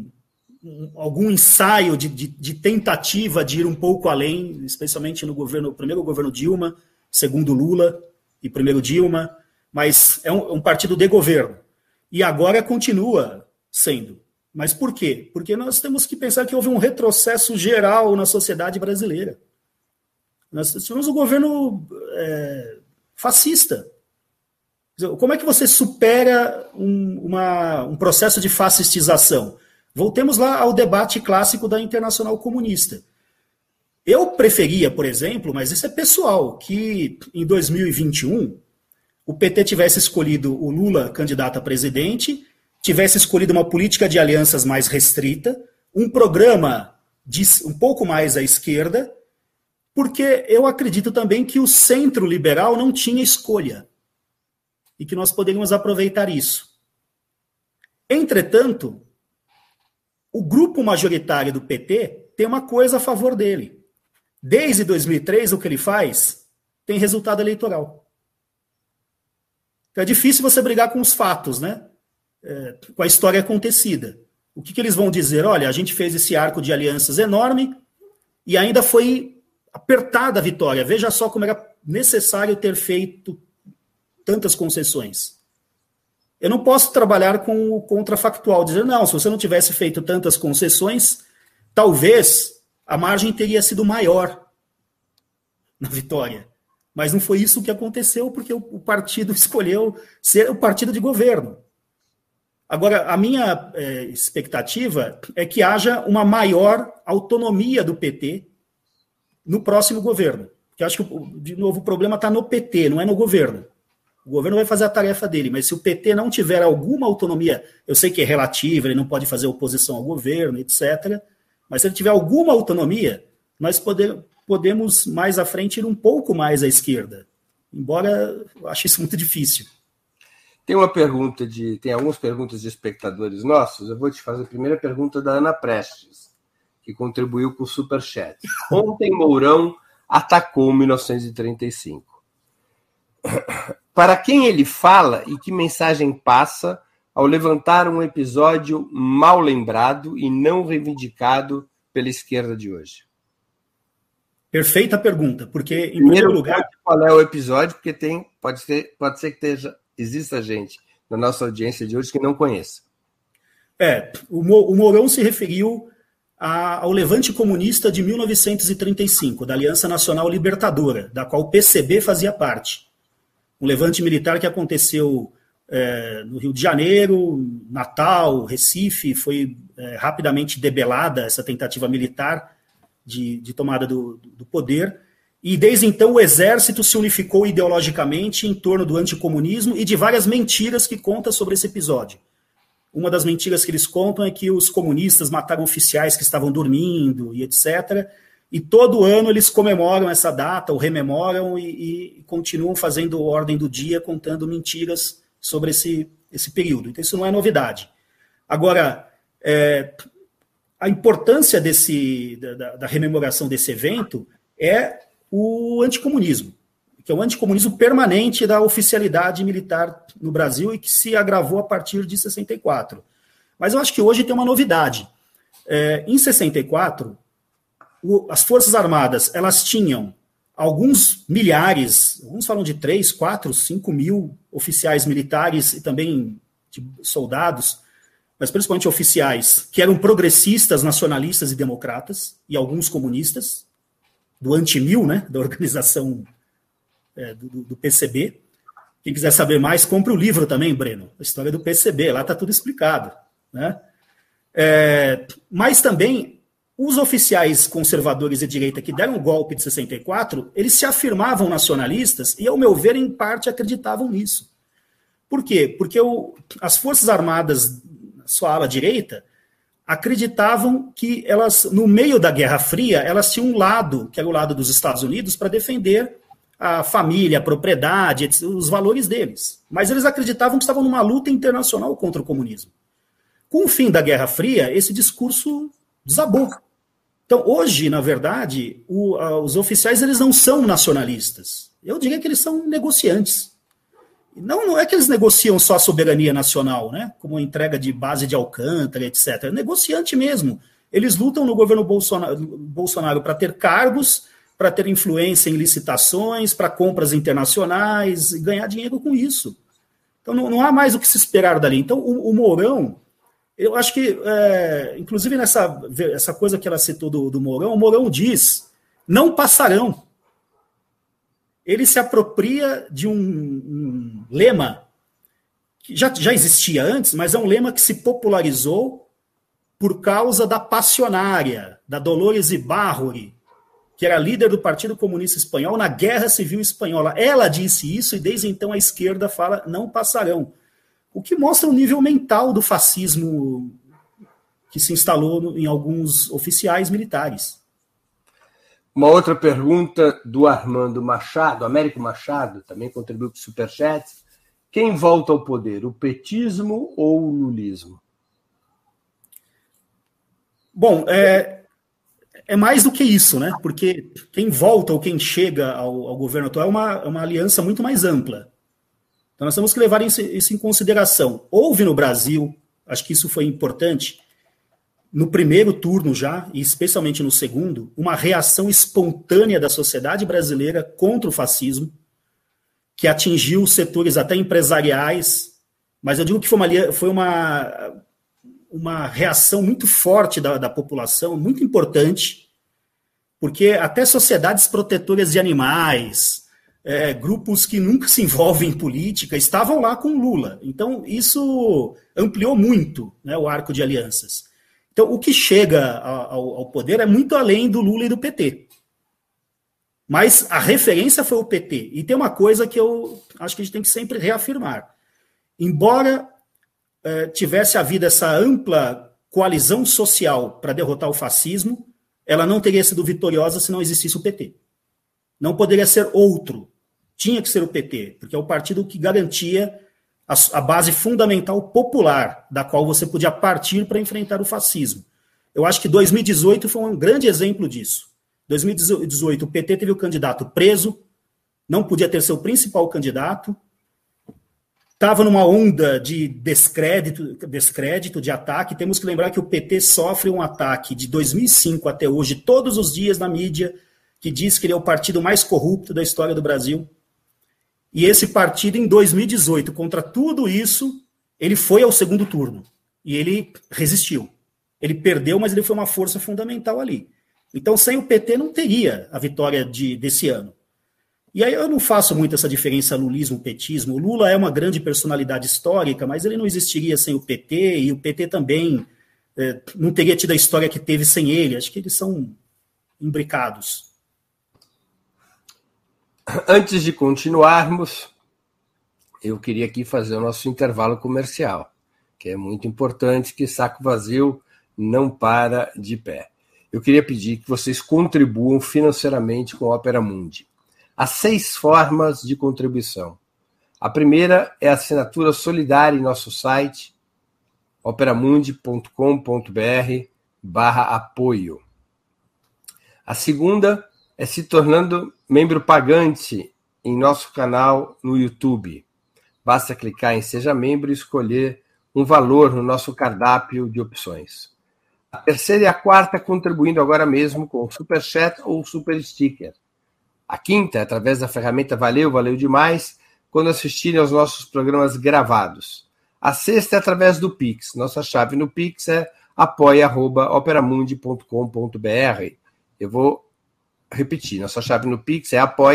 algum ensaio de tentativa de ir um pouco além, especialmente no primeiro governo Dilma, segundo Lula e primeiro Dilma, mas é um partido de governo. E agora continua sendo. Mas por quê? Porque nós temos que pensar que houve um retrocesso geral na sociedade brasileira. Nós tivemos um governo fascista. Como é que você supera um processo de fascistização? Voltemos lá ao debate clássico da Internacional Comunista. Eu preferia, por exemplo, mas isso é pessoal, que em 2021 o PT tivesse escolhido o Lula candidato a presidente, tivesse escolhido uma política de alianças mais restrita, um programa um pouco mais à esquerda, porque eu acredito também que o centro liberal não tinha escolha e que nós poderíamos aproveitar isso. Entretanto, o grupo majoritário do PT tem uma coisa a favor dele. Desde 2003, o que ele faz tem resultado eleitoral. Então é difícil você brigar com os fatos, né? Com a história acontecida. O que eles vão dizer? Olha, a gente fez esse arco de alianças enorme e ainda foi apertada a vitória. Veja só como era necessário ter feito tantas concessões. Eu não posso trabalhar com o contrafactual, dizer, não, se você não tivesse feito tantas concessões, talvez a margem teria sido maior na vitória. Mas não foi isso que aconteceu, porque o partido escolheu ser o partido de governo. Agora, a minha expectativa é que haja uma maior autonomia do PT no próximo governo. Porque eu acho que, de novo, o problema está no PT, não é no governo. O governo vai fazer a tarefa dele, mas se o PT não tiver alguma autonomia, eu sei que é relativa, ele não pode fazer oposição ao governo, etc., mas se ele tiver alguma autonomia, nós podemos mais à frente ir um pouco mais à esquerda. Embora eu ache isso muito difícil. Tem algumas perguntas de espectadores nossos. Eu vou te fazer a primeira pergunta da Ana Prestes, que contribuiu com o Superchat. Ontem Mourão atacou 1935. Para quem ele fala e que mensagem passa ao levantar um episódio mal lembrado e não reivindicado pela esquerda de hoje? Perfeita pergunta, porque em primeiro lugar... Qual é o episódio? Porque pode ser que exista gente na nossa audiência de hoje que não conheça. O Mourão se referiu ao levante comunista de 1935, da Aliança Nacional Libertadora, da qual o PCB fazia parte. Um levante militar que aconteceu no Rio de Janeiro, Natal, Recife, foi rapidamente debelada essa tentativa militar de tomada do poder, e desde então o exército se unificou ideologicamente em torno do anticomunismo e de várias mentiras que conta sobre esse episódio. Uma das mentiras que eles contam é que os comunistas mataram oficiais que estavam dormindo e etc., e todo ano eles comemoram essa data, ou rememoram, e continuam fazendo ordem do dia, contando mentiras sobre esse período. Então isso não é novidade. Agora, a importância da rememoração desse evento é o anticomunismo, que é o anticomunismo permanente da oficialidade militar no Brasil e que se agravou a partir de 64. Mas eu acho que hoje tem uma novidade. Em 64, as Forças Armadas, elas tinham alguns milhares, alguns falam de 3, 4, 5 mil oficiais militares e também de soldados, mas principalmente oficiais, que eram progressistas, nacionalistas e democratas, e alguns comunistas, do anti-mil, né, da organização do PCB. Quem quiser saber mais, compre o livro também, Breno, a história do PCB, lá está tudo explicado. Né? Mas também, os oficiais conservadores de direita que deram o golpe de 64, eles se afirmavam nacionalistas e, ao meu ver, em parte acreditavam nisso. Por quê? Porque as Forças Armadas, sua ala direita, acreditavam que elas, no meio da Guerra Fria, elas tinham um lado, que era o lado dos Estados Unidos, para defender a família, a propriedade, os valores deles. Mas eles acreditavam que estavam numa luta internacional contra o comunismo. Com o fim da Guerra Fria, esse discurso desabou. Então, hoje, na verdade, os oficiais eles não são nacionalistas. Eu diria que eles são negociantes. Não é que eles negociam só a soberania nacional, né? Como a entrega de base de Alcântara, etc. É negociante mesmo. Eles lutam no governo Bolsonaro para ter cargos, para ter influência em licitações, para compras internacionais, e ganhar dinheiro com isso. Então não há mais o que se esperar dali. Então o Mourão, eu acho que, inclusive essa coisa que ela citou do Mourão, o Mourão diz, não passarão. Ele se apropria de um lema que já existia antes, mas é um lema que se popularizou por causa da passionária, da Dolores Ibarruri, que era líder do Partido Comunista Espanhol na Guerra Civil Espanhola. Ela disse isso e desde então a esquerda fala não passarão. O que mostra o nível mental do fascismo que se instalou em alguns oficiais militares. Uma outra pergunta do Armando Machado, Américo Machado, também contribuiu para o Superchat. Quem volta ao poder, o petismo ou o lulismo? Bom, é mais do que isso, né? Porque quem volta ou quem chega ao governo atual é uma aliança muito mais ampla. Então nós temos que levar isso em consideração. Houve no Brasil, acho que isso foi importante, no primeiro turno já, e especialmente no segundo, uma reação espontânea da sociedade brasileira contra o fascismo, que atingiu setores até empresariais, mas eu digo que foi uma reação muito forte da população, muito importante, porque até sociedades protetoras de animais, grupos que nunca se envolvem em política, estavam lá com Lula. Então, isso ampliou muito, né, o arco de alianças. Então, o que chega ao poder é muito além do Lula e do PT. Mas a referência foi o PT. E tem uma coisa que eu acho que a gente tem que sempre reafirmar. Embora tivesse havido essa ampla coalizão social para derrotar o fascismo, ela não teria sido vitoriosa se não existisse o PT. Não poderia ser outro. Tinha que ser o PT, porque é o partido que garantia a base fundamental popular, da qual você podia partir para enfrentar o fascismo. Eu acho que 2018 foi um grande exemplo disso. 2018, o PT teve o candidato preso, não podia ter seu principal candidato, estava numa onda de descrédito, de ataque. Temos que lembrar que o PT sofre um ataque de 2005 até hoje, todos os dias na mídia, que diz que ele é o partido mais corrupto da história do Brasil. E esse partido, em 2018, contra tudo isso, ele foi ao segundo turno. E ele resistiu. Ele perdeu, mas ele foi uma força fundamental ali. Então, sem o PT, não teria a vitória desse ano. E aí eu não faço muito essa diferença lulismo-petismo. O Lula é uma grande personalidade histórica, mas ele não existiria sem o PT, e o PT também não teria tido a história que teve sem ele. Acho que eles são imbricados. Antes de continuarmos, eu queria aqui fazer o nosso intervalo comercial, que é muito importante, que saco vazio não para de pé. Eu queria pedir que vocês contribuam financeiramente com a Opera Mundi. Há 6 formas de contribuição. A primeira é a assinatura solidária em nosso site, operamundi.com.br/apoio. A segunda é se tornando membro pagante em nosso canal no YouTube. Basta clicar em Seja Membro e escolher um valor no nosso cardápio de opções. A terceira e a quarta contribuindo agora mesmo com o Super Chat ou Super Sticker. A quinta é através da ferramenta Valeu Demais, quando assistirem aos nossos programas gravados. A sexta é através do Pix. Nossa chave no Pix é apoia@operamundi.com.br. Eu vou repetir. Nossa chave no Pix é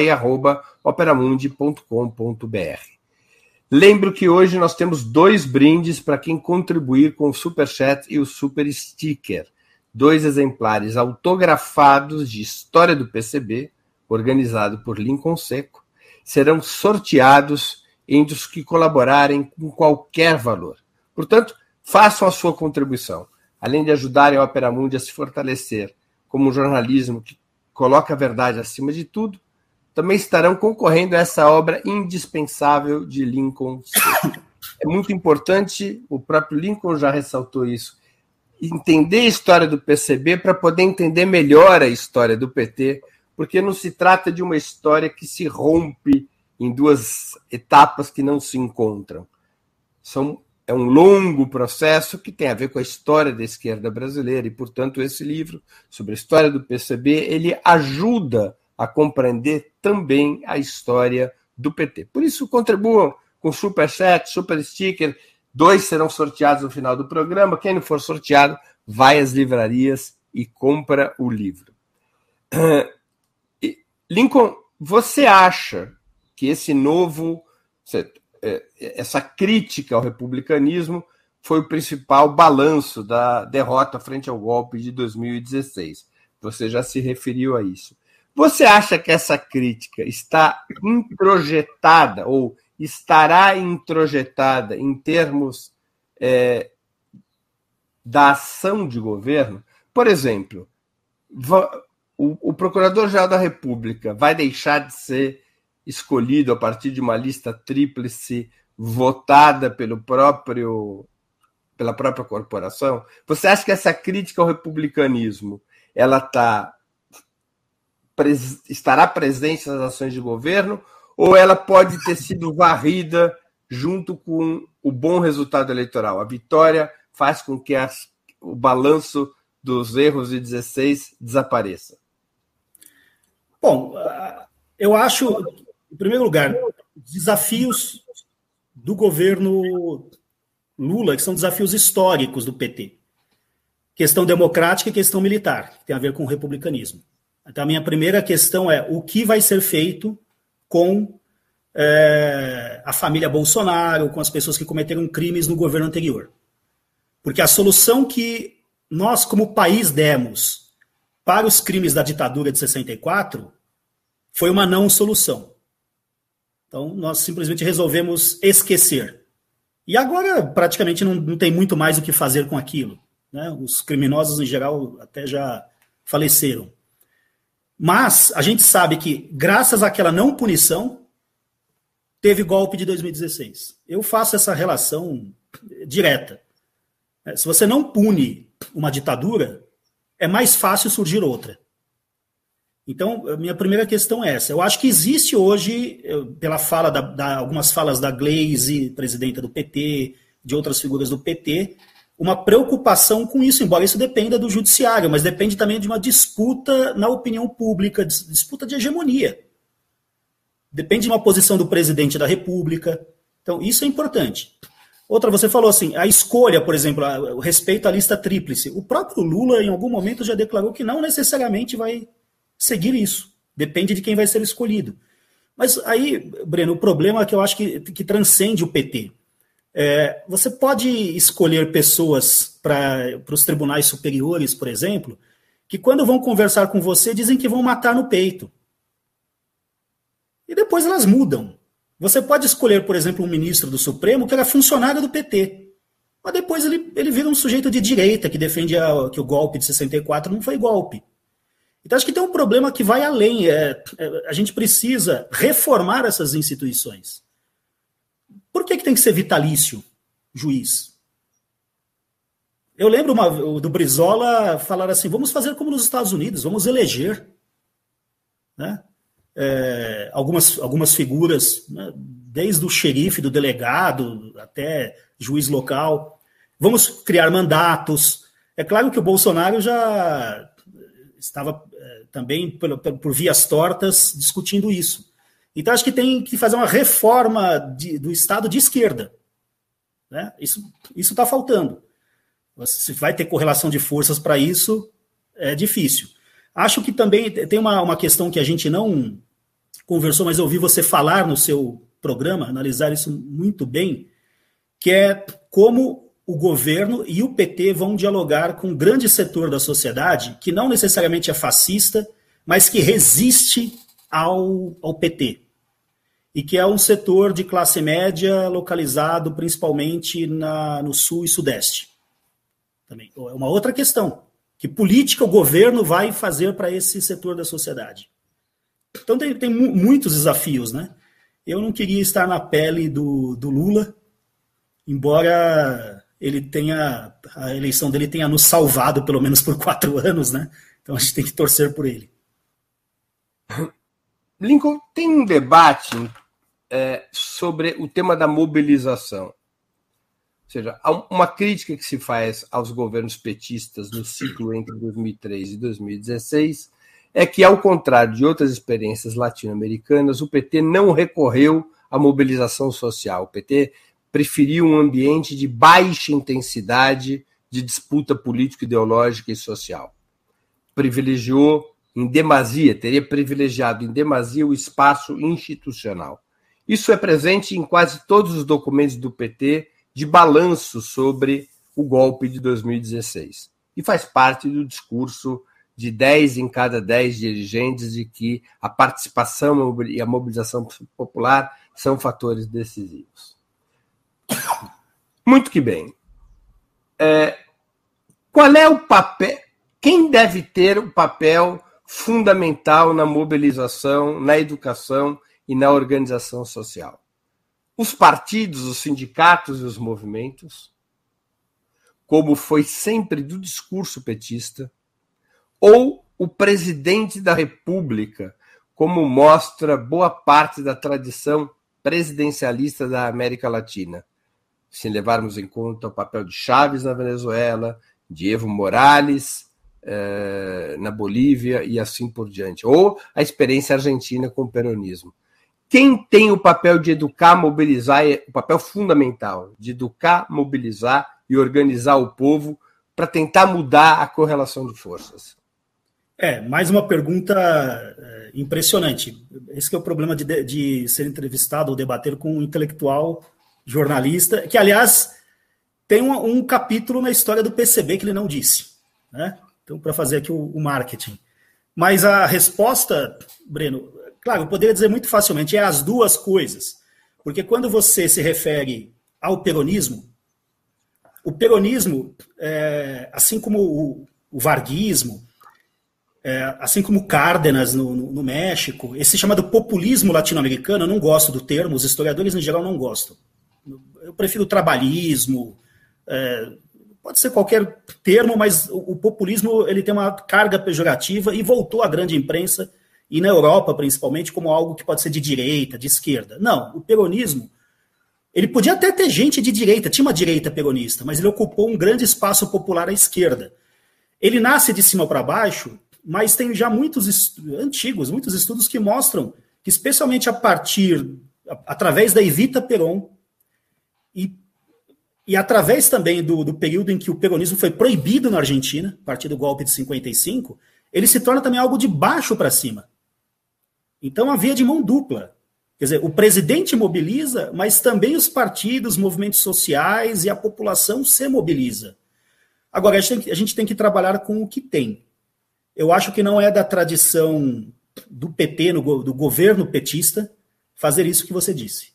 apoia@operamundi.com.br. Lembro que hoje nós temos 2 brindes para quem contribuir com o Super Chat e o Super Sticker. 2 exemplares autografados de História do PCB, organizado por Lincoln Seco, serão sorteados entre os que colaborarem com qualquer valor. Portanto, façam a sua contribuição. Além de ajudarem a Opera Mundi a se fortalecer como um jornalismo que coloca a verdade acima de tudo, também estarão concorrendo a essa obra indispensável de Lincoln Seco. É muito importante, o próprio Lincoln já ressaltou isso, entender a história do PCB para poder entender melhor a história do PT, porque não se trata de uma história que se rompe em 2 etapas que não se encontram. É um longo processo que tem a ver com a história da esquerda brasileira e, portanto, esse livro sobre a história do PCB, ele ajuda a compreender também a história do PT. Por isso, contribuam com Super Chat, Super Sticker. 2 serão sorteados no final do programa. Quem não for sorteado, vai às livrarias e compra o livro. Lincoln, você acha que essa crítica ao republicanismo foi o principal balanço da derrota frente ao golpe de 2016? Você já se referiu a isso. Você acha que essa crítica está introjetada ou estará introjetada em termos da ação de governo? Por exemplo, o Procurador-Geral da República vai deixar de ser escolhido a partir de uma lista tríplice votada pela própria corporação? Você acha que essa crítica ao republicanismo ela estará presente nas ações de governo ou ela pode ter sido varrida junto com o bom resultado eleitoral? A vitória faz com que o balanço dos erros de 16 desapareça. Bom, eu acho, em primeiro lugar, desafios do governo Lula, que são desafios históricos do PT. Questão democrática e questão militar, que tem a ver com o republicanismo. Então, a minha primeira questão é o que vai ser feito com a família Bolsonaro, com as pessoas que cometeram crimes no governo anterior. Porque a solução que nós, como país, demos para os crimes da ditadura de 64 foi uma não solução. Então, nós simplesmente resolvemos esquecer. E agora, praticamente, não tem muito mais o que fazer com aquilo. Né? Os criminosos, em geral, até já faleceram. Mas a gente sabe que, graças àquela não punição, teve golpe de 2016. Eu faço essa relação direta. Se você não pune uma ditadura, é mais fácil surgir outra. Então, a minha primeira questão é essa. Eu acho que existe hoje, pela fala algumas falas da Gleisi, presidenta do PT, de outras figuras do PT, uma preocupação com isso, embora isso dependa do judiciário, mas depende também de uma disputa na opinião pública, disputa de hegemonia. Depende de uma posição do presidente da República. Então, isso é importante. Outra, você falou assim, a escolha, por exemplo, o respeito à lista tríplice. O próprio Lula, em algum momento, já declarou que não necessariamente vai seguir isso. Depende de quem vai ser escolhido. Mas aí, Breno, o problema é que eu acho que transcende o PT. Você pode escolher pessoas para os tribunais superiores, por exemplo, que quando vão conversar com você dizem que vão matar no peito. E depois elas mudam. Você pode escolher, por exemplo, um ministro do Supremo que era funcionário do PT. Mas depois ele vira um sujeito de direita que defende que o golpe de 64 não foi golpe. Então acho que tem um problema que vai além. A gente precisa reformar essas instituições. Por que tem que ser vitalício, juiz? Eu lembro do Brizola falar assim, vamos fazer como nos Estados Unidos, vamos eleger, né? Algumas figuras, né? Desde o xerife, do delegado, até juiz local. Vamos criar mandatos. É claro que o Bolsonaro já estava também, por vias tortas, discutindo isso. Então, acho que tem que fazer uma reforma do Estado de esquerda. Né? Isso está faltando. Se vai ter correlação de forças para isso, é difícil. Acho que também tem uma questão que a gente não conversou, mas eu ouvi você falar no seu programa, analisar isso muito bem, que é como o governo e o PT vão dialogar com um grande setor da sociedade que não necessariamente é fascista, mas que resiste ao PT. E que é um setor de classe média localizado principalmente no sul e sudeste. Também é uma outra questão. Que política o governo vai fazer para esse setor da sociedade? Então tem muitos desafios, né? Eu não queria estar na pele do Lula, embora a eleição dele tenha nos salvado pelo menos por 4 anos, né? Então a gente tem que torcer por ele. Lincoln, tem um debate sobre o tema da mobilização. Ou seja, há uma crítica que se faz aos governos petistas no ciclo entre 2003 e 2016 é que, ao contrário de outras experiências latino-americanas, o PT não recorreu à mobilização social. O PT preferiu um ambiente de baixa intensidade de disputa político-ideológica e social. Privilegiou em demasia, teria privilegiado em demasia o espaço institucional. Isso é presente em quase todos os documentos do PT de balanço sobre o golpe de 2016. E faz parte do discurso de 10 em cada 10 dirigentes de que a participação e a mobilização popular são fatores decisivos. Muito que bem. Qual é o papel? Quem deve ter o papel fundamental na mobilização, na educação e na organização social? Os partidos, os sindicatos e os movimentos, como foi sempre do discurso petista, ou o presidente da República, como mostra boa parte da tradição presidencialista da América Latina, se levarmos em conta o papel de Chávez na Venezuela, de Evo Morales na Bolívia e assim por diante, ou a experiência argentina com o peronismo. Quem tem o papel de educar, mobilizar, o papel fundamental de educar, mobilizar e organizar o povo para tentar mudar a correlação de forças? Mais uma pergunta impressionante. Esse que é o problema de ser entrevistado ou debater com um intelectual jornalista, que, aliás, tem um capítulo na história do PCB que ele não disse, né? Então, para fazer aqui o marketing. Mas a resposta, Breno, claro, eu poderia dizer muito facilmente, é as duas coisas. Porque quando você se refere ao peronismo, o peronismo, assim como o varguismo, assim como o Cárdenas no México, esse chamado populismo latino-americano, eu não gosto do termo, os historiadores em geral não gostam. Eu prefiro trabalhismo, pode ser qualquer termo, mas o populismo ele tem uma carga pejorativa e voltou à grande imprensa, e na Europa principalmente, como algo que pode ser de direita, de esquerda. Não, o peronismo, ele podia até ter gente de direita, tinha uma direita peronista, mas ele ocupou um grande espaço popular à esquerda. Ele nasce de cima para baixo, mas tem já muitos estudos que mostram que, especialmente através da Evita Peron, e E através também do período em que o peronismo foi proibido na Argentina, a partir do golpe de 55, ele se torna também algo de baixo para cima. Então, a via de mão dupla. Quer dizer, o presidente mobiliza, mas também os partidos, movimentos sociais e a população se mobiliza. Agora, a gente tem que trabalhar com o que tem. Eu acho que não é da tradição do PT, do governo petista, fazer isso que você disse.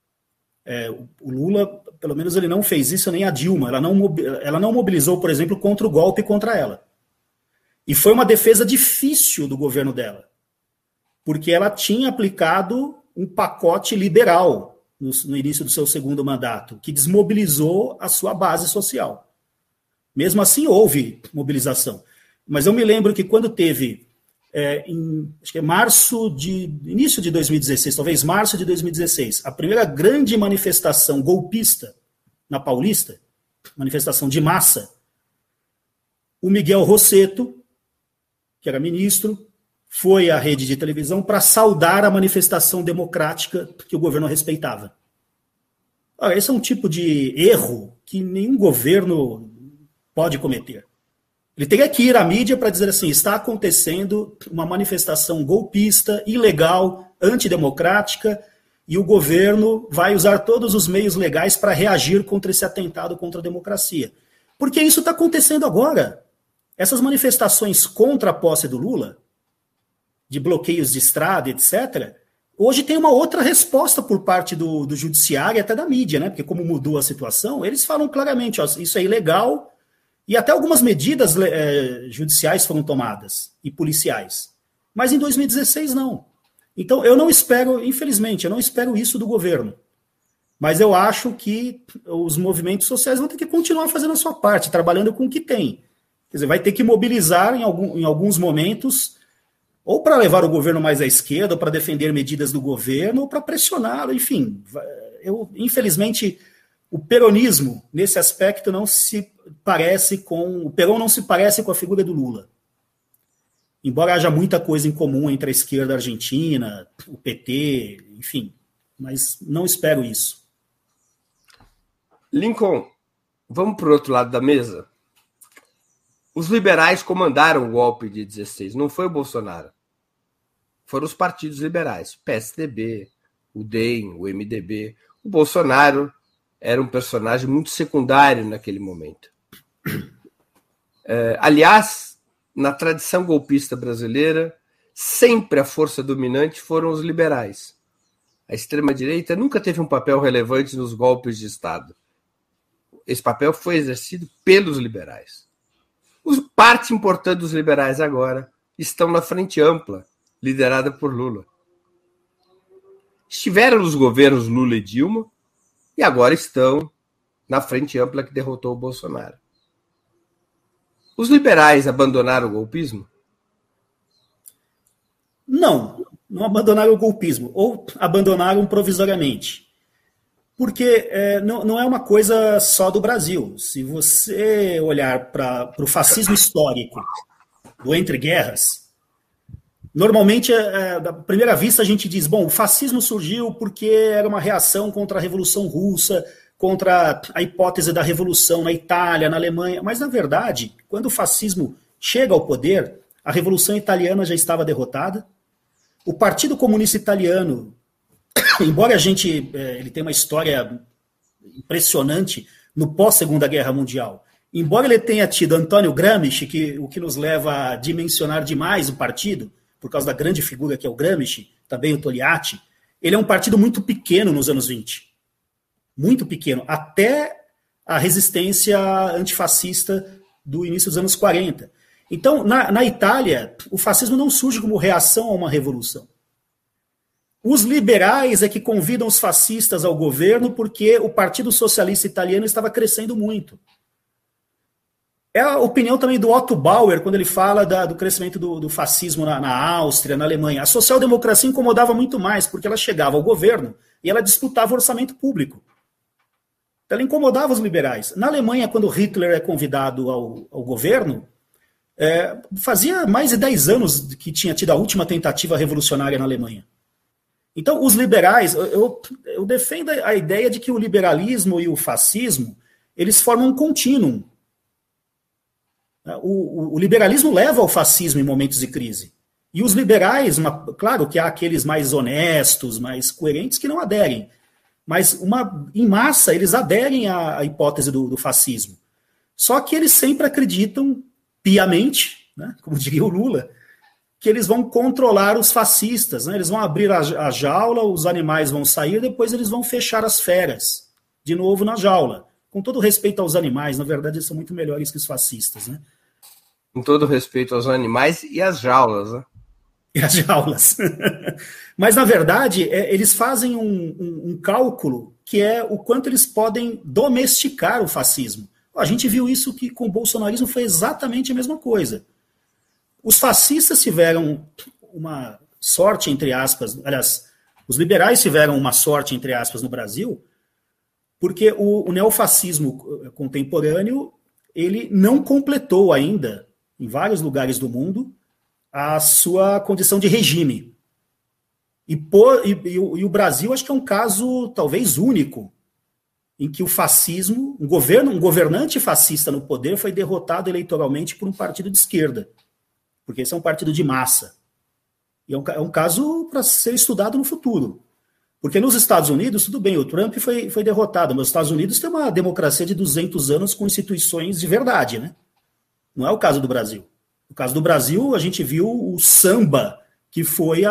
O Lula, pelo menos, ele não fez isso, nem a Dilma. Ela não mobilizou, por exemplo, contra o golpe contra ela. E foi uma defesa difícil do governo dela, porque ela tinha aplicado um pacote liberal no início do seu segundo mandato, que desmobilizou a sua base social. Mesmo assim, houve mobilização. Mas eu me lembro que quando teve, acho que início de 2016, talvez março de 2016, a primeira grande manifestação golpista na Paulista, manifestação de massa, o Miguel Rosseto, que era ministro, foi à rede de televisão para saudar a manifestação democrática que o governo respeitava. Ora, esse é um tipo de erro que nenhum governo pode cometer. Ele teria que ir à mídia para dizer assim, está acontecendo uma manifestação golpista, ilegal, antidemocrática, e o governo vai usar todos os meios legais para reagir contra esse atentado contra a democracia. Porque isso está acontecendo agora. Essas manifestações contra a posse do Lula, de bloqueios de estrada, etc., hoje tem uma outra resposta por parte do judiciário e até da mídia, né? Porque como mudou a situação, eles falam claramente, ó, isso é ilegal, e até algumas medidas judiciais foram tomadas, e policiais. Mas em 2016, não. Então, eu não espero, infelizmente, eu não espero isso do governo. Mas eu acho que os movimentos sociais vão ter que continuar fazendo a sua parte, trabalhando com o que tem. Quer dizer, vai ter que mobilizar em alguns momentos, ou para levar o governo mais à esquerda, ou para defender medidas do governo, ou para pressioná-lo, enfim. Infelizmente, o peronismo, nesse aspecto, não se parece com... O Perón não se parece com a figura do Lula. Embora haja muita coisa em comum entre a esquerda argentina, o PT, enfim. Mas não espero isso. Lincoln, vamos para o outro lado da mesa? Os liberais comandaram o golpe de 16, não foi o Bolsonaro. Foram os partidos liberais, o PSDB, o DEM, o MDB. O Bolsonaro era um personagem muito secundário naquele momento. Aliás, na tradição golpista brasileira, sempre a força dominante foram os liberais. A extrema-direita nunca teve um papel relevante nos golpes de Estado. Esse papel foi exercido pelos liberais. Parte importante dos liberais agora estão na Frente Ampla, liderada por Lula. Estiveram nos governos Lula e Dilma e agora estão na Frente Ampla que derrotou o Bolsonaro. Os liberais abandonaram o golpismo? Não abandonaram o golpismo, ou abandonaram provisoriamente. Porque não é uma coisa só do Brasil. Se você olhar para o fascismo histórico do entre guerras, normalmente, à primeira vista, a gente diz, bom, o fascismo surgiu porque era uma reação contra a Revolução Russa, contra a hipótese da revolução na Itália, na Alemanha. Mas, na verdade, quando o fascismo chega ao poder, a Revolução Italiana já estava derrotada, o Partido Comunista Italiano, embora ele tenha uma história impressionante no pós-Segunda Guerra Mundial, embora ele tenha tido Antônio Gramsci, o que nos leva a dimensionar demais o partido, por causa da grande figura que é o Gramsci, também o Togliatti, ele é um partido muito pequeno nos anos 20. Muito pequeno, até a resistência antifascista do início dos anos 40. Então, na Itália, o fascismo não surge como reação a uma revolução. Os liberais é que convidam os fascistas ao governo porque o Partido Socialista Italiano estava crescendo muito. É a opinião também do Otto Bauer, quando ele fala do crescimento do fascismo na Áustria, na Alemanha. A social-democracia incomodava muito mais, porque ela chegava ao governo e ela disputava o orçamento público. Então, ela incomodava os liberais. Na Alemanha, quando Hitler é convidado ao governo, fazia mais de 10 anos que tinha tido a última tentativa revolucionária na Alemanha. Então, os liberais, eu defendo a ideia de que o liberalismo e o fascismo eles formam um contínuo. O liberalismo leva ao fascismo em momentos de crise. E os liberais, claro que há aqueles mais honestos, mais coerentes, que não aderem. Mas, em massa, eles aderem à hipótese do fascismo. Só que eles sempre acreditam, piamente, né, como diria o Lula, que eles vão controlar os fascistas. Né? Eles vão abrir a jaula, os animais vão sair, depois eles vão fechar as feras, de novo na jaula. Com todo respeito aos animais, na verdade, eles são muito melhores que os fascistas. Né? Com todo respeito aos animais e às jaulas, né? E as jaulas. Mas, na verdade, eles fazem um cálculo que é o quanto eles podem domesticar o fascismo. A gente viu isso que com o bolsonarismo foi exatamente a mesma coisa. Os fascistas tiveram uma sorte, entre aspas, aliás, os liberais tiveram uma sorte, entre aspas, no Brasil, porque o neofascismo contemporâneo, ele não completou ainda, em vários lugares do mundo, a sua condição de regime. E o Brasil, acho que é um caso talvez único, em que o fascismo, um governante fascista no poder foi derrotado eleitoralmente por um partido de esquerda, porque esse é um partido de massa. E é um caso para ser estudado no futuro. Porque nos Estados Unidos, tudo bem, o Trump foi derrotado, mas os Estados Unidos tem uma democracia de 200 anos com instituições de verdade, né? Não é o caso do Brasil. No caso do Brasil, a gente viu o samba, que foi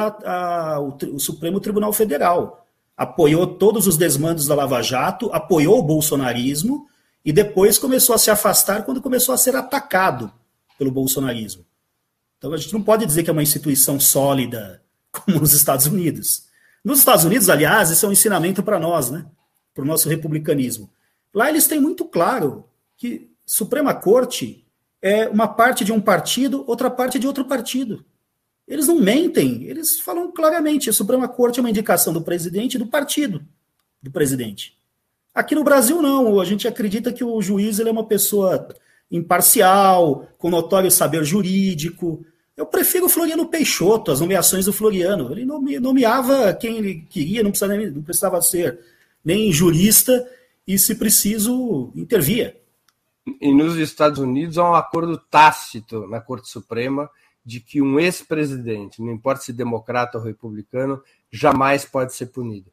o Supremo Tribunal Federal. Apoiou todos os desmandos da Lava Jato, apoiou o bolsonarismo e depois começou a se afastar quando começou a ser atacado pelo bolsonarismo. Então a gente não pode dizer que é uma instituição sólida como nos Estados Unidos. Nos Estados Unidos, aliás, isso é um ensinamento para nós, né? Para o nosso republicanismo. Lá eles têm muito claro que Suprema Corte é uma parte de um partido, outra parte de outro partido. Eles não mentem, eles falam claramente, a Suprema Corte é uma indicação do presidente e do partido do presidente. Aqui no Brasil, não, a gente acredita que o juiz ele é uma pessoa imparcial, com notório saber jurídico. Eu prefiro o Floriano Peixoto, as nomeações do Floriano. Ele nomeava quem ele queria, não precisava ser nem jurista, e se preciso, intervia. E nos Estados Unidos há um acordo tácito na Corte Suprema de que um ex-presidente, não importa se democrata ou republicano, jamais pode ser punido.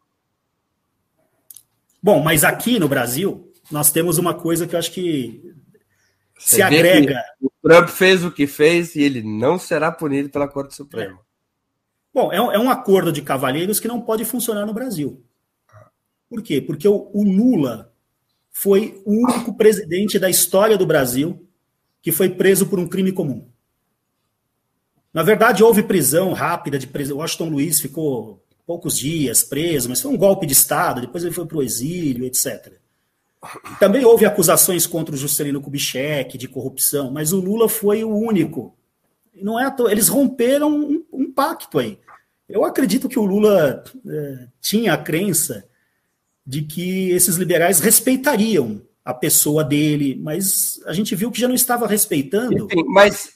Bom, mas aqui no Brasil, nós temos uma coisa que eu acho que se agrega. O Trump fez o que fez e ele não será punido pela Corte Suprema. Bom, é um acordo de cavalheiros que não pode funcionar no Brasil. Por quê? Porque o Lula foi o único presidente da história do Brasil que foi preso por um crime comum. Na verdade, houve prisão rápida de preso. Washington Luiz ficou poucos dias preso, mas foi um golpe de Estado, depois ele foi para o exílio, etc. Também houve acusações contra o Juscelino Kubitschek de corrupção, mas o Lula foi o único. Não é à toa. Eles romperam um pacto aí. Eu acredito que o Lula tinha a crença de que esses liberais respeitariam a pessoa dele, mas a gente viu que já não estava respeitando. Enfim, mas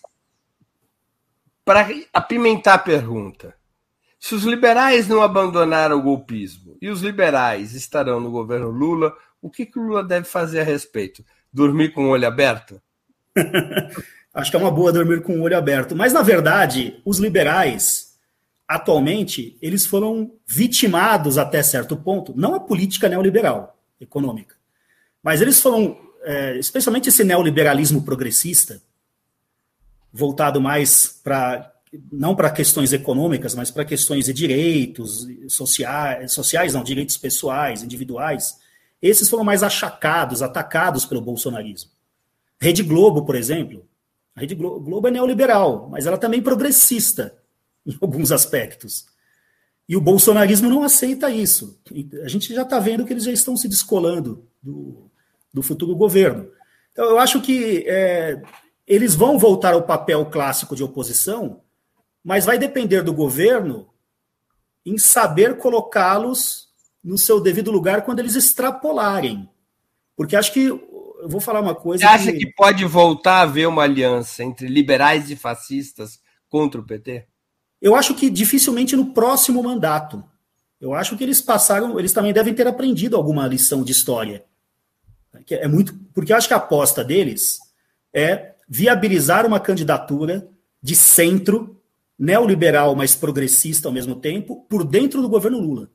para apimentar a pergunta, se os liberais não abandonaram o golpismo e os liberais estarão no governo Lula, o que o Lula deve fazer a respeito? Dormir com o olho aberto? Acho que é uma boa dormir com o olho aberto. Mas, na verdade, os liberais, atualmente, eles foram vitimados até certo ponto, não a política neoliberal econômica, mas eles foram, especialmente esse neoliberalismo progressista, voltado mais não para questões econômicas, mas para questões de direitos sociais, não, direitos pessoais, individuais. Esses foram mais achacados, atacados pelo bolsonarismo. Rede Globo, por exemplo. A Rede Globo é neoliberal, mas ela também é progressista em alguns aspectos. E o bolsonarismo não aceita isso. A gente já está vendo que eles já estão se descolando do futuro governo. Então, eu acho que eles vão voltar ao papel clássico de oposição, mas vai depender do governo em saber colocá-los no seu devido lugar quando eles extrapolarem. Porque acho que, eu vou falar uma coisa... Você acha que pode voltar a haver uma aliança entre liberais e fascistas contra o PT? Eu acho que dificilmente no próximo mandato. Eu acho que eles também devem ter aprendido alguma lição de história. É muito, porque eu acho que a aposta deles é viabilizar uma candidatura de centro, neoliberal, mas progressista ao mesmo tempo, por dentro do governo Lula.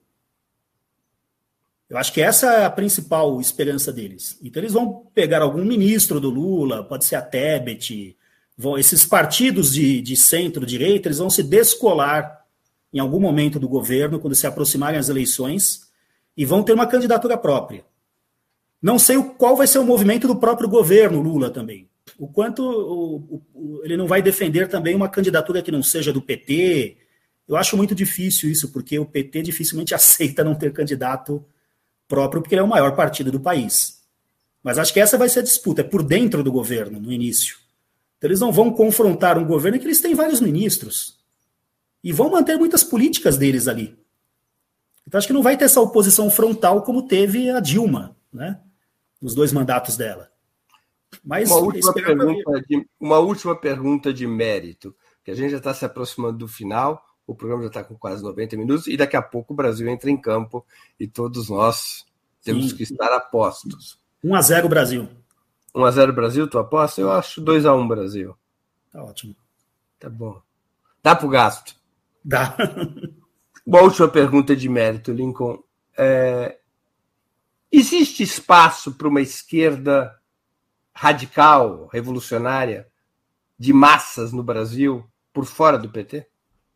Eu acho que essa é a principal esperança deles. Então eles vão pegar algum ministro do Lula, pode ser a Tebet, esses partidos de centro-direita, eles vão se descolar em algum momento do governo, quando se aproximarem as eleições, e vão ter uma candidatura própria. Não sei qual vai ser o movimento do próprio governo Lula também. O quanto ele não vai defender também uma candidatura que não seja do PT. Eu acho muito difícil isso, porque o PT dificilmente aceita não ter candidato próprio, porque ele é o maior partido do país. Mas acho que essa vai ser a disputa, é por dentro do governo, no início. Então eles não vão confrontar um governo que eles têm vários ministros. E vão manter muitas políticas deles ali. Então acho que não vai ter essa oposição frontal como teve a Dilma, né? Nos 2 mandatos dela. Mas uma última pergunta de mérito, que a gente já está se aproximando do final, o programa já está com quase 90 minutos, e daqui a pouco o Brasil entra em campo e todos nós temos que estar apostos. 1-0 Brasil. 1-0 Brasil, tu aposta? Eu acho 2-1 Brasil. Tá ótimo. Tá bom. Dá pro gasto? Dá. Uma última pergunta de mérito, Lincoln. Existe espaço para uma esquerda radical, revolucionária, de massas no Brasil, por fora do PT?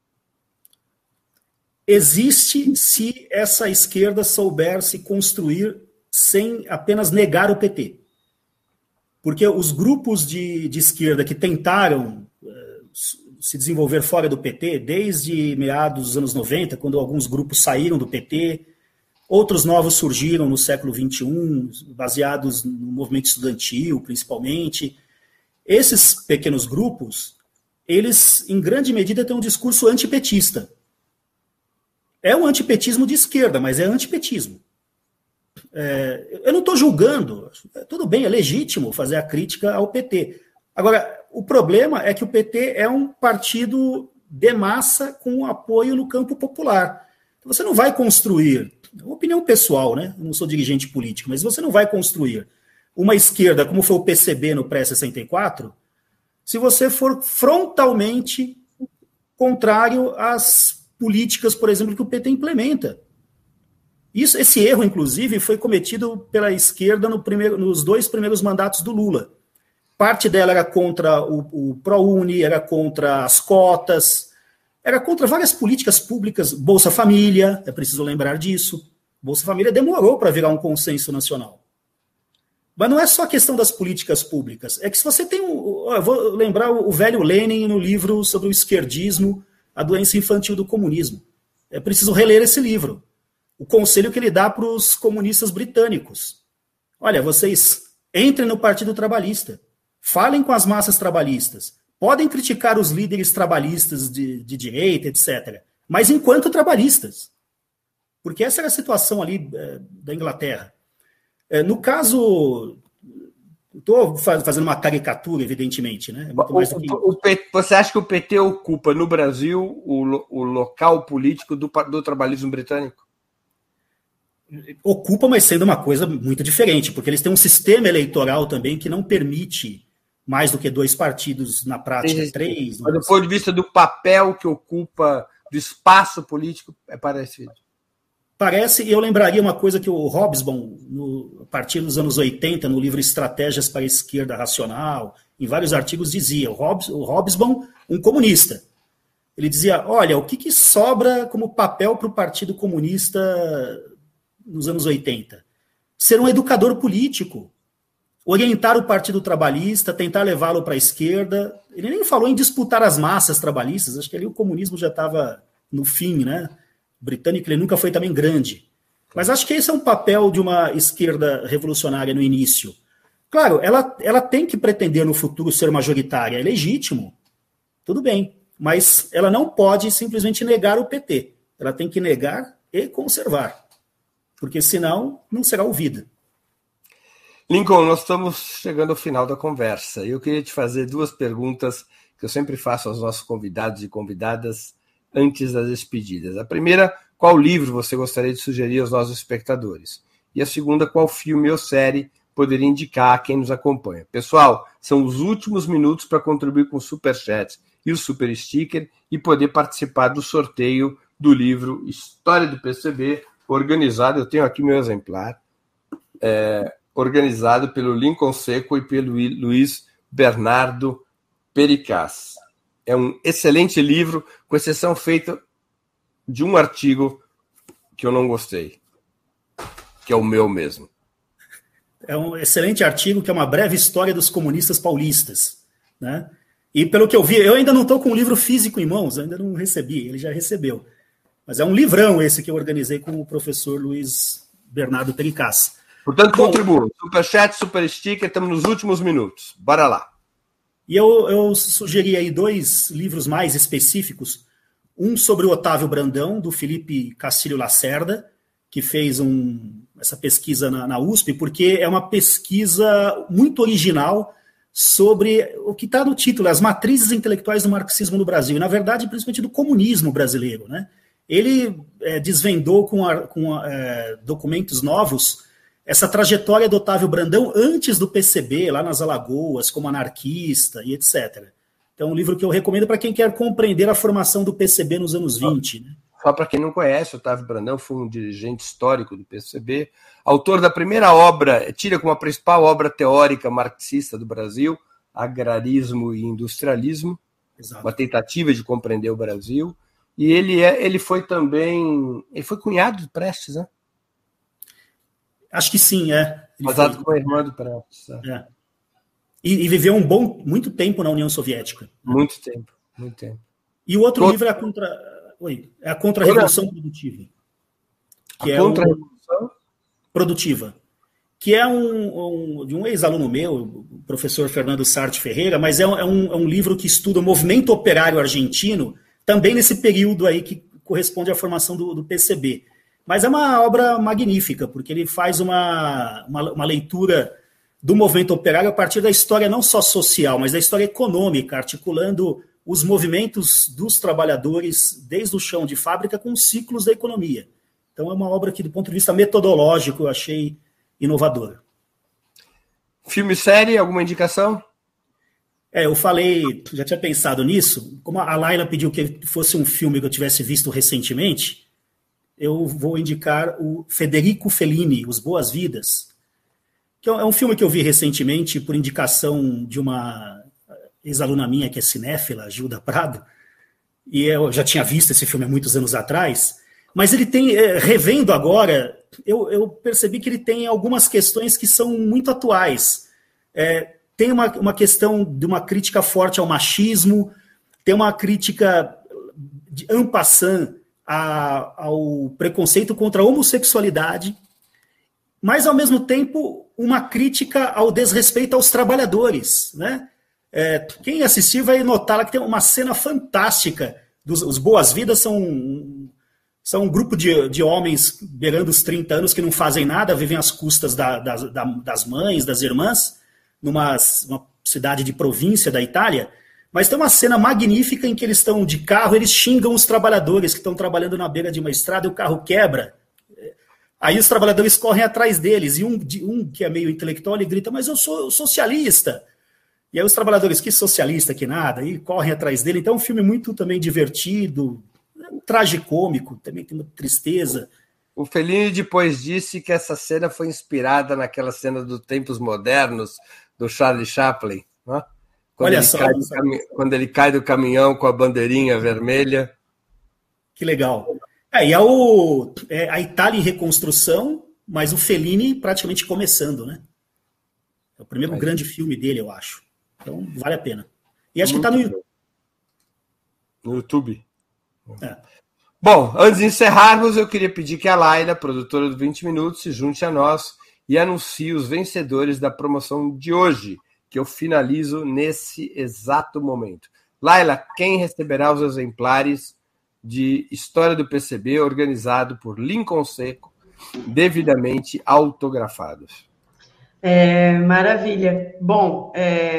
Existe se essa esquerda souber se construir sem apenas negar o PT. Porque os grupos de esquerda que tentaram se desenvolver fora do PT, desde meados dos anos 90, quando alguns grupos saíram do PT, outros novos surgiram no século XXI, baseados no movimento estudantil, principalmente. Esses pequenos grupos, eles, em grande medida, têm um discurso antipetista. É um antipetismo de esquerda, mas é antipetismo. Eu não estou julgando, tudo bem, é legítimo fazer a crítica ao PT. Agora, o problema é que o PT é um partido de massa com apoio no campo popular. Então, você não vai construir, opinião pessoal, né? Eu não sou dirigente político, mas você não vai construir uma esquerda como foi o PCB no pré-64 se você for frontalmente contrário às políticas, por exemplo, que o PT implementa. Esse erro, inclusive, foi cometido pela esquerda nos 2 primeiros mandatos do Lula. Parte dela era contra o ProUni, era contra as cotas, era contra várias políticas públicas, Bolsa Família, é preciso lembrar disso. Bolsa Família demorou para virar um consenso nacional. Mas não é só a questão das políticas públicas, é que se você tem eu vou lembrar o velho Lenin no livro sobre o esquerdismo, a doença infantil do comunismo. É preciso reler esse livro. O conselho que ele dá para os comunistas britânicos. Olha, vocês entrem no Partido Trabalhista, falem com as massas trabalhistas, podem criticar os líderes trabalhistas de direita, etc., mas enquanto trabalhistas. Porque essa era a situação ali da Inglaterra. No caso, estou fazendo uma caricatura, evidentemente, né? Muito mais do que... Você acha que o PT ocupa no Brasil o local político do trabalhismo britânico? Ocupa, mas sendo uma coisa muito diferente, porque eles têm um sistema eleitoral também que não permite mais do que 2 partidos, na prática, 3. Mas do ponto de vista do papel que ocupa, do espaço político, é parecido. Parece, e eu lembraria uma coisa que o Hobsbawm, a partir dos anos 80, no livro Estratégias para a Esquerda Racional, em vários artigos dizia, o Hobsbawm, um comunista, ele dizia, olha, o que sobra como papel para o Partido Comunista nos anos 80? Ser um educador político, orientar o Partido Trabalhista, tentar levá-lo para a esquerda. Ele nem falou em disputar as massas trabalhistas, acho que ali o comunismo já estava no fim, né? O britânico ele nunca foi também grande. Mas acho que esse é um papel de uma esquerda revolucionária no início. Claro, ela tem que pretender no futuro ser majoritária, é legítimo, tudo bem, mas ela não pode simplesmente negar o PT. Ela tem que negar e conservar, porque senão não será ouvida. Lincoln, nós estamos chegando ao final da conversa. Eu queria te fazer 2 perguntas que eu sempre faço aos nossos convidados e convidadas antes das despedidas. A primeira, qual livro você gostaria de sugerir aos nossos espectadores? E a segunda, qual filme ou série poderia indicar a quem nos acompanha. Pessoal, são os últimos minutos para contribuir com o Superchat e o Super Sticker e poder participar do sorteio do livro História do PCB, organizado, eu tenho aqui meu exemplar, organizado pelo Lincoln Seco e pelo Luiz Bernardo Pericaz. É um excelente livro, com exceção feita de um artigo que eu não gostei, que é o meu mesmo. É um excelente artigo, que é uma breve história dos comunistas paulistas, né? E pelo que eu vi, eu ainda não estou com o livro físico em mãos, ainda não recebi, ele já recebeu. Mas é um livrão esse que eu organizei com o professor Luiz Bernardo Pericaz. Portanto, contribuam. Superchat, Super Sticker, estamos nos últimos minutos. Bora lá. E eu sugeri aí 2 livros mais específicos. Um sobre o Otávio Brandão, do Felipe Castilho Lacerda, que fez essa pesquisa na USP, porque é uma pesquisa muito original sobre o que está no título, as matrizes intelectuais do marxismo no Brasil, e, na verdade, principalmente do comunismo brasileiro, né? Ele desvendou com documentos novos essa trajetória do Otávio Brandão antes do PCB, lá nas Alagoas, como anarquista e etc. Então, é um livro que eu recomendo para quem quer compreender a formação do PCB nos anos 20. Né? Só para quem não conhece, Otávio Brandão foi um dirigente histórico do PCB, autor da primeira obra, tira como a principal obra teórica marxista do Brasil, Agrarismo e Industrialismo, Exato. Uma tentativa de compreender o Brasil. E ele foi também... Ele foi cunhado do Prestes, né? Acho que sim, Casado com a irmã do Prestes. E viveu muito tempo na União Soviética. Muito tempo, muito tempo. E o outro livro é a Contra-Revolução Produtiva. Que a Contra-Revolução Produtiva. Que é de um ex-aluno meu, o professor Fernando Sartre Ferreira, mas é um livro que estuda o movimento operário argentino, também nesse período aí que corresponde à formação do PCB. Mas é uma obra magnífica, porque ele faz uma leitura do movimento operário a partir da história não só social, mas da história econômica, articulando os movimentos dos trabalhadores desde o chão de fábrica com os ciclos da economia. Então é uma obra que, do ponto de vista metodológico, eu achei inovadora. Filme e série, alguma indicação? Eu falei, já tinha pensado nisso, como a Laila pediu que fosse um filme que eu tivesse visto recentemente, eu vou indicar o Federico Fellini, Os Boas-Vidas, que é um filme que eu vi recentemente por indicação de uma ex-aluna minha que é cinéfila, Gilda Prado, e eu já tinha visto esse filme há muitos anos atrás, mas ele tem, revendo agora, eu percebi que ele tem algumas questões que são muito atuais. Tem uma questão de uma crítica forte ao machismo, tem uma crítica de en passant ao preconceito contra a homossexualidade, mas, ao mesmo tempo, uma crítica ao desrespeito aos trabalhadores. Né? Quem assistir vai notar que tem uma cena fantástica. Os Boas-Vidas são um grupo de homens beirando os 30 anos que não fazem nada, vivem às custas das mães, das irmãs, numa cidade de província da Itália, mas tem uma cena magnífica em que eles estão de carro, eles xingam os trabalhadores que estão trabalhando na beira de uma estrada e o carro quebra. Aí os trabalhadores correm atrás deles e um que é meio intelectual, ele grita, mas eu sou socialista. E aí os trabalhadores, que socialista, que nada, e correm atrás dele. Então é um filme muito também divertido, tragicômico, também tem uma tristeza. O Fellini depois disse que essa cena foi inspirada naquela cena dos Tempos Modernos, do Charlie Chaplin, né? Quando ele cai do caminhão com a bandeirinha vermelha. Que legal. E é a Itália em reconstrução, mas o Fellini praticamente começando, né? É o primeiro grande filme dele, eu acho. Então, vale a pena. E acho que está no YouTube. No YouTube. Bom, antes de encerrarmos, eu queria pedir que a Laila, produtora do 20 Minutos, se junte a nós e anuncie os vencedores da promoção de hoje, que eu finalizo nesse exato momento. Laila, quem receberá os exemplares de História do PCB organizado por Lincoln Seco, devidamente autografados? Maravilha. Bom,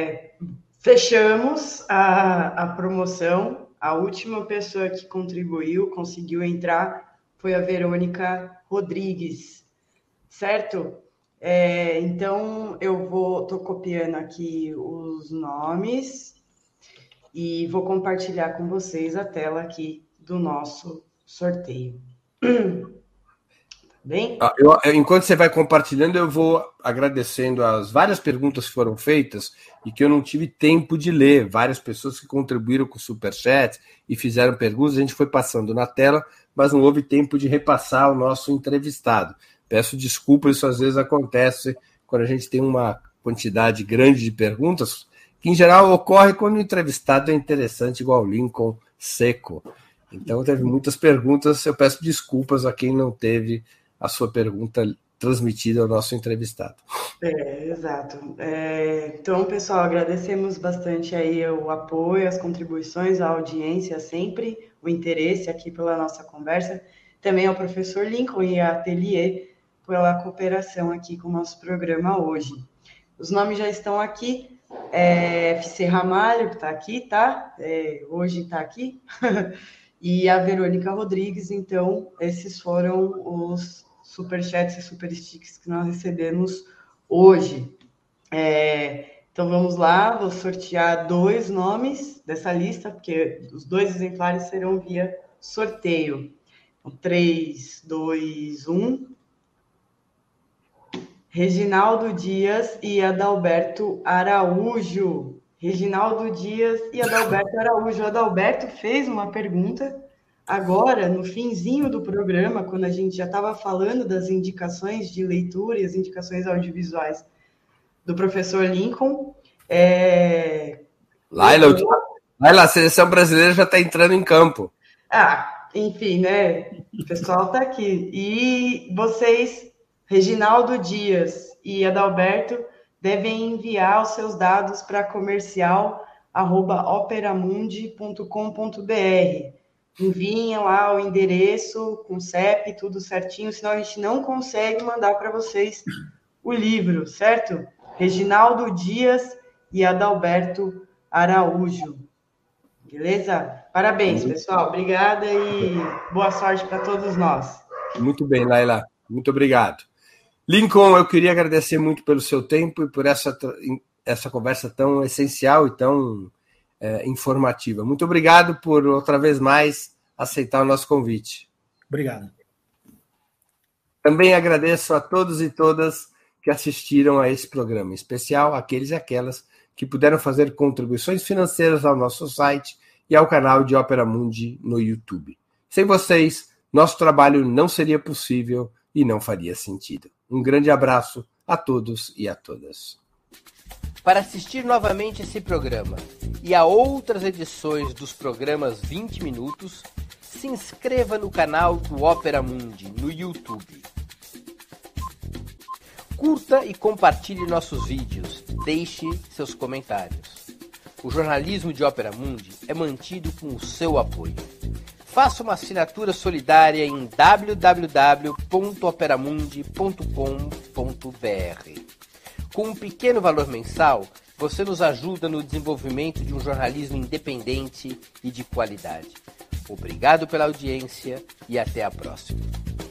fechamos a promoção. A última pessoa que contribuiu, conseguiu entrar, foi a Verônica Rodrigues, certo? Então, estou copiando aqui os nomes e vou compartilhar com vocês a tela aqui do nosso sorteio. Bem? Enquanto você vai compartilhando, eu vou agradecendo as várias perguntas que foram feitas e que eu não tive tempo de ler. Várias pessoas que contribuíram com o Superchat e fizeram perguntas, a gente foi passando na tela, mas não houve tempo de repassar o nosso entrevistado. Peço desculpas, isso às vezes acontece quando a gente tem uma quantidade grande de perguntas, que em geral ocorre quando o entrevistado é interessante, igual o Lincoln Seco. Então, teve muitas perguntas, eu peço desculpas a quem não teve a sua pergunta transmitida ao nosso entrevistado. Exato. Então, pessoal, agradecemos bastante aí o apoio, as contribuições, a audiência sempre, o interesse aqui pela nossa conversa, também ao professor Lincoln e à Atelier pela cooperação aqui com o nosso programa hoje. Os nomes já estão aqui, FC Ramalho, que está aqui, tá? Hoje está aqui, e a Verônica Rodrigues. Então, esses foram os superchats e supersticks que nós recebemos hoje. Então, vamos lá, vou sortear 2 nomes dessa lista, porque os 2 exemplares serão via sorteio. Então, 3, 2, 1... Reginaldo Dias e Adalberto Araújo. Reginaldo Dias e Adalberto Araújo. O Adalberto fez uma pergunta agora, no finzinho do programa, quando a gente já estava falando das indicações de leitura e as indicações audiovisuais do professor Lincoln. Laila, a seleção brasileira já está entrando em campo. Enfim, né? O pessoal está aqui. E vocês... Reginaldo Dias e Adalberto devem enviar os seus dados para comercial@operamundi.com.br. Enviem lá o endereço com CEP, tudo certinho, senão a gente não consegue mandar para vocês o livro, certo? Reginaldo Dias e Adalberto Araújo. Beleza? Parabéns, pessoal. Obrigada e boa sorte para todos nós. Muito bem, Laila. Muito obrigado. Lincoln, eu queria agradecer muito pelo seu tempo e por essa conversa tão essencial e tão informativa. Muito obrigado por, outra vez mais, aceitar o nosso convite. Obrigado. Também agradeço a todos e todas que assistiram a esse programa, em especial aqueles e aquelas que puderam fazer contribuições financeiras ao nosso site e ao canal de Ópera Mundi no YouTube. Sem vocês, nosso trabalho não seria possível e não faria sentido. Um grande abraço a todos e a todas. Para assistir novamente esse programa e a outras edições dos programas 20 Minutos, se inscreva no canal do Ópera Mundi no YouTube. Curta e compartilhe nossos vídeos, deixe seus comentários. O jornalismo de Ópera Mundi é mantido com o seu apoio. Faça uma assinatura solidária em www.operamundi.com.br. Com um pequeno valor mensal, você nos ajuda no desenvolvimento de um jornalismo independente e de qualidade. Obrigado pela audiência e até a próxima.